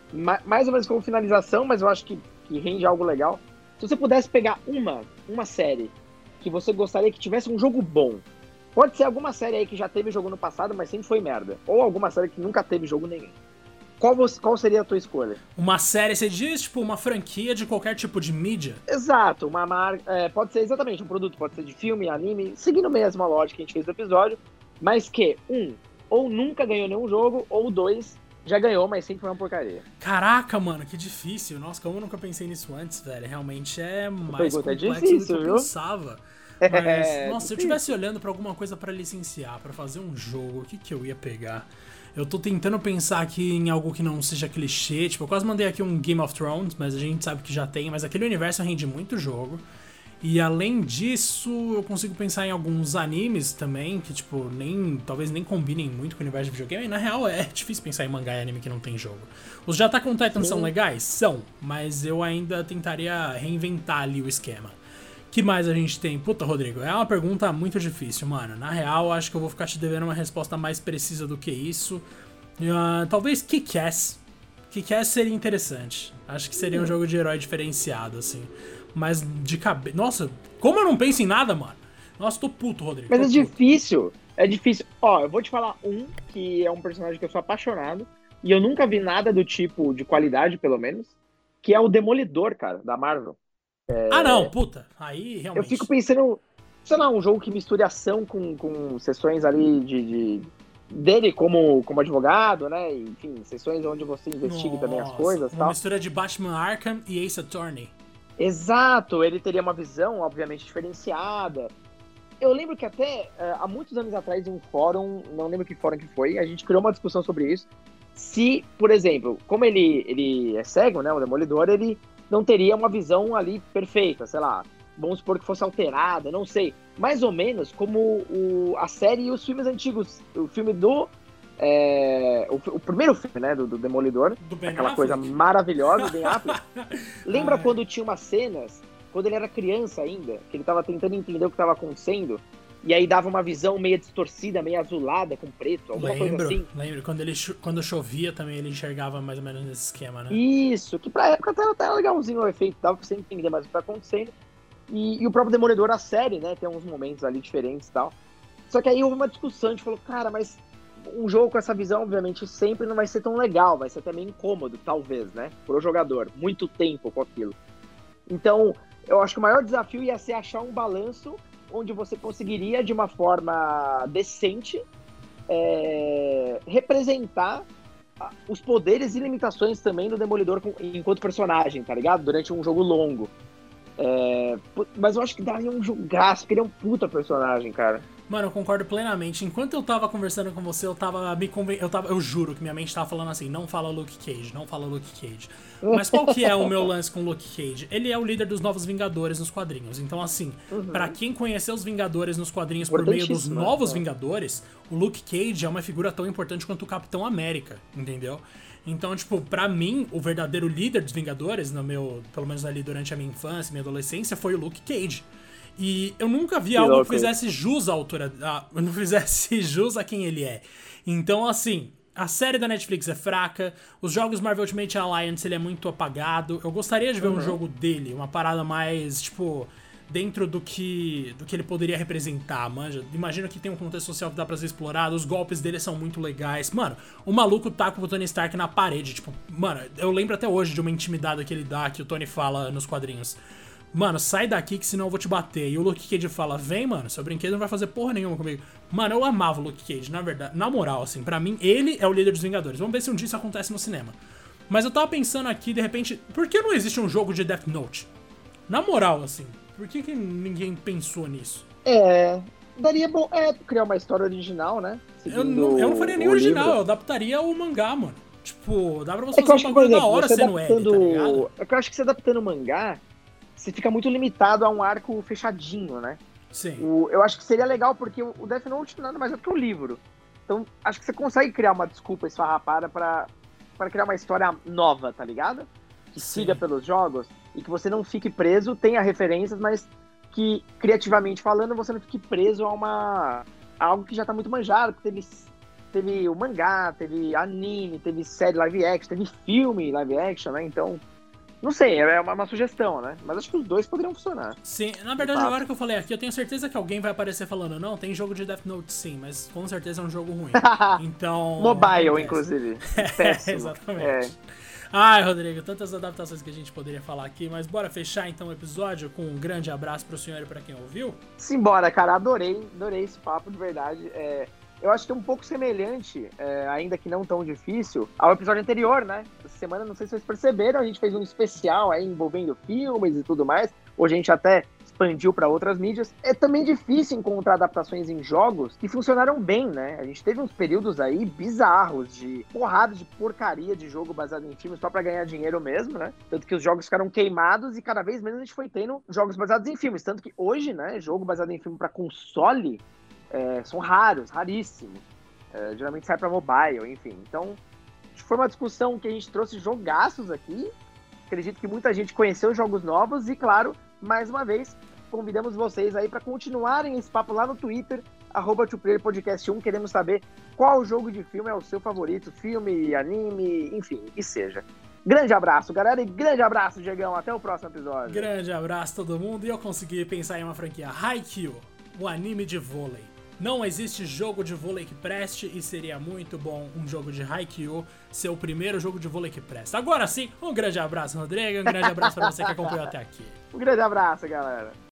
ma- mais ou menos como finalização, mas eu acho que, que rende algo legal. Se você pudesse pegar uma, uma série que você gostaria que tivesse um jogo bom, pode ser alguma série aí que já teve jogo no passado, mas sempre foi merda, ou alguma série que nunca teve jogo nenhum. Qual, você, qual seria a tua escolha? Uma série, você diz, tipo, uma franquia de qualquer tipo de mídia? Exato, uma marca. É, pode ser exatamente um produto, pode ser de filme, anime, seguindo mesmo a lógica que a gente fez no episódio, mas que, um, ou nunca ganhou nenhum jogo, ou dois, já ganhou, mas sempre foi uma porcaria. Caraca, mano, que difícil. Nossa, como eu nunca pensei nisso antes, velho. Realmente é mais pergunta é complexo difícil, do que eu viu? pensava. Mas, É, nossa, se eu difícil. estivesse olhando pra alguma coisa pra licenciar, pra fazer um jogo, o que que eu ia pegar? Eu tô tentando pensar aqui em algo que não seja clichê, tipo, eu quase mandei aqui um Game of Thrones, mas a gente sabe que já tem, mas aquele universo rende muito jogo. E além disso, eu consigo pensar em alguns animes também, que tipo, nem, talvez nem combinem muito com o universo de videogame. E, na real, é difícil pensar em mangá e anime que não tem jogo. Os de Attack on Titan são legais? São, mas eu ainda tentaria reinventar ali o esquema. Que mais a gente tem? Puta, Rodrigo, é uma pergunta muito difícil, mano. Na real, acho que eu vou ficar te devendo uma resposta mais precisa do que isso. Uh, talvez Kick-Ass. Kick-Ass seria interessante. Acho que seria um jogo de herói diferenciado, assim. Mas de cabeça... Nossa, como eu não penso em nada, mano? Nossa, tô puto, Rodrigo. Mas tô é puto. difícil, é difícil. Ó, eu vou te falar um que é um personagem que eu sou apaixonado, e eu nunca vi nada do tipo de qualidade, pelo menos, que é o Demolidor, cara, da Marvel. Ah, não, puta. Aí, realmente. Eu fico pensando, sei lá, um jogo que misture ação com, com sessões ali de, de- dele como, como advogado, né? Enfim, sessões onde você investigue também as Nossa, coisas e uma tal. mistura de Batman Arkham e Ace Attorney. Exato, ele teria uma visão, obviamente, diferenciada. Eu lembro que até eh, há muitos anos atrás, em um fórum, não lembro que fórum que foi, a gente criou uma discussão sobre isso. Se, por exemplo, como ele, ele é cego, né, o Demolidor, ele não teria uma visão ali perfeita, sei lá, vamos supor que fosse alterada, não sei. Mais ou menos como o, a série e os filmes antigos. O filme do... é, o, o primeiro filme, né, do, do Demolidor, Do Ben aquela Affleck? coisa maravilhosa do Ben Affleck. Lembra Ah, quando tinha umas cenas, quando ele era criança ainda, que ele tava tentando entender o que tava acontecendo, e aí dava uma visão meio distorcida, meio azulada, com preto, alguma coisa Lembro, assim? lembro. Quando, ele, cho- quando chovia também ele enxergava mais ou menos nesse esquema, né? Isso, que pra época até até era legalzinho o efeito, dava pra você entender mais o que tá acontecendo. E, e o próprio Demolidor, a série, né, tem uns momentos ali diferentes e tal. Só que aí houve uma discussão, a gente falou, cara, mas um jogo com essa visão, obviamente, sempre não vai ser tão legal, vai ser até meio incômodo, talvez, né, pro jogador, muito tempo com aquilo. Então, eu acho que o maior desafio ia ser achar um balanço onde você conseguiria, de uma forma decente, é, representar a- os poderes e limitações também do Demolidor com- enquanto personagem, tá ligado? Durante um jogo longo. É, pu- mas eu acho que daria um jogaço, porque ele é um puta personagem, cara. Mano, eu concordo plenamente. Enquanto eu tava conversando com você, eu tava me conven... eu tava, eu juro que minha mente tava falando assim, não fala Luke Cage, não fala Luke Cage. Mas qual que é o meu lance com o Luke Cage? Ele é o líder dos Novos Vingadores nos quadrinhos. Então, assim, pra quem conheceu os Vingadores nos quadrinhos por meio dos Importantíssimo, Novos né? Vingadores, o Luke Cage é uma figura tão importante quanto o Capitão América, entendeu? Então, tipo, pra mim, o verdadeiro líder dos Vingadores, no meu, pelo menos ali durante a minha infância, minha adolescência, foi o Luke Cage. E eu nunca vi algo louco que fizesse jus à altura, a, não fizesse jus a quem ele é. Então, assim, a série da Netflix é fraca, os jogos Marvel Ultimate Alliance ele é muito apagado. Eu gostaria de ver um jogo dele, uma parada mais, tipo, dentro do que, do que ele poderia representar, manja. Imagino que tem um contexto social que dá pra ser explorado, os golpes dele são muito legais. Mano, o maluco tá com o Tony Stark na parede, tipo, mano, eu lembro até hoje de uma intimidade que ele dá, que o Tony fala nos quadrinhos. Mano, sai daqui que senão eu vou te bater. E o Luke Cage fala, vem, mano, seu brinquedo não vai fazer porra nenhuma comigo. Mano, eu amava o Luke Cage, na verdade. Na moral, assim, pra mim, ele é o líder dos Vingadores. Vamos ver se um dia isso acontece no cinema. Mas eu tava pensando aqui, de repente, por que não existe um jogo de Death Note? Na moral, assim, por que, que ninguém pensou nisso? É, daria bom, é, criar uma história original, né? Eu Seguindo não, eu não faria nem o original, livro. eu adaptaria o mangá, mano. Tipo, dá pra você É que eu fazer acho um que, por bagulho da exemplo, hora você sendo L, tá ligado? adaptando... É que eu acho que você adaptando o mangá, você fica muito limitado a um arco fechadinho, né? Sim. O, eu acho que seria legal porque o Death Note nada mais é do que o livro. Então, acho que você consegue criar uma desculpa esfarrapada pra, pra criar uma história nova, tá ligado? Que Sim. siga pelos jogos e que você não fique preso, tenha referências, mas que, criativamente falando, você não fique preso a uma a algo que já tá muito manjado, porque teve teve o mangá, teve anime, teve série live action, teve filme live action, né? Então, não sei, é uma, uma sugestão, né? Mas acho que os dois poderiam funcionar. Sim, na verdade, agora que eu falei aqui, eu tenho certeza que alguém vai aparecer falando, não, tem jogo de Death Note sim, mas com certeza é um jogo ruim. Então... Mobile, inclusive. É, exatamente. É. Ai, Rodrigo, tantas adaptações que a gente poderia falar aqui, mas bora fechar então o episódio com um grande abraço pro senhor e pra quem ouviu? Simbora, cara, adorei, adorei esse papo, de verdade. É, eu acho que é um pouco semelhante, é, ainda que não tão difícil, ao episódio anterior, né? Essa semana, não sei se vocês perceberam, a gente fez um especial aí envolvendo filmes e tudo mais. Hoje a gente até expandiu para outras mídias. É também difícil encontrar adaptações em jogos que funcionaram bem, né? A gente teve uns períodos aí bizarros de porrada de porcaria de jogo baseado em filmes só para ganhar dinheiro mesmo, né? Tanto que os jogos ficaram queimados e cada vez menos a gente foi tendo jogos baseados em filmes. Tanto que hoje, né, jogo baseado em filme para console é, são raros, raríssimos. É, geralmente sai para mobile, enfim. Então, foi uma discussão que a gente trouxe jogaços aqui. Acredito que muita gente conheceu jogos novos e, claro, mais uma vez, convidamos vocês aí para continuarem esse papo lá no Twitter, arroba podcast um. Queremos saber qual jogo de filme é o seu favorito, filme, anime, enfim, que seja. Grande abraço, galera, e grande abraço, Diegão. Até o próximo episódio. Grande abraço a todo mundo, e eu consegui pensar em uma franquia, Haikyuu, um anime de vôlei. Não existe jogo de vôlei que preste e seria muito bom um jogo de Haikyuu ser o primeiro jogo de vôlei que presta. Agora sim, um grande abraço, Rodrigo, um grande abraço para você que acompanhou até aqui. Um grande abraço, galera.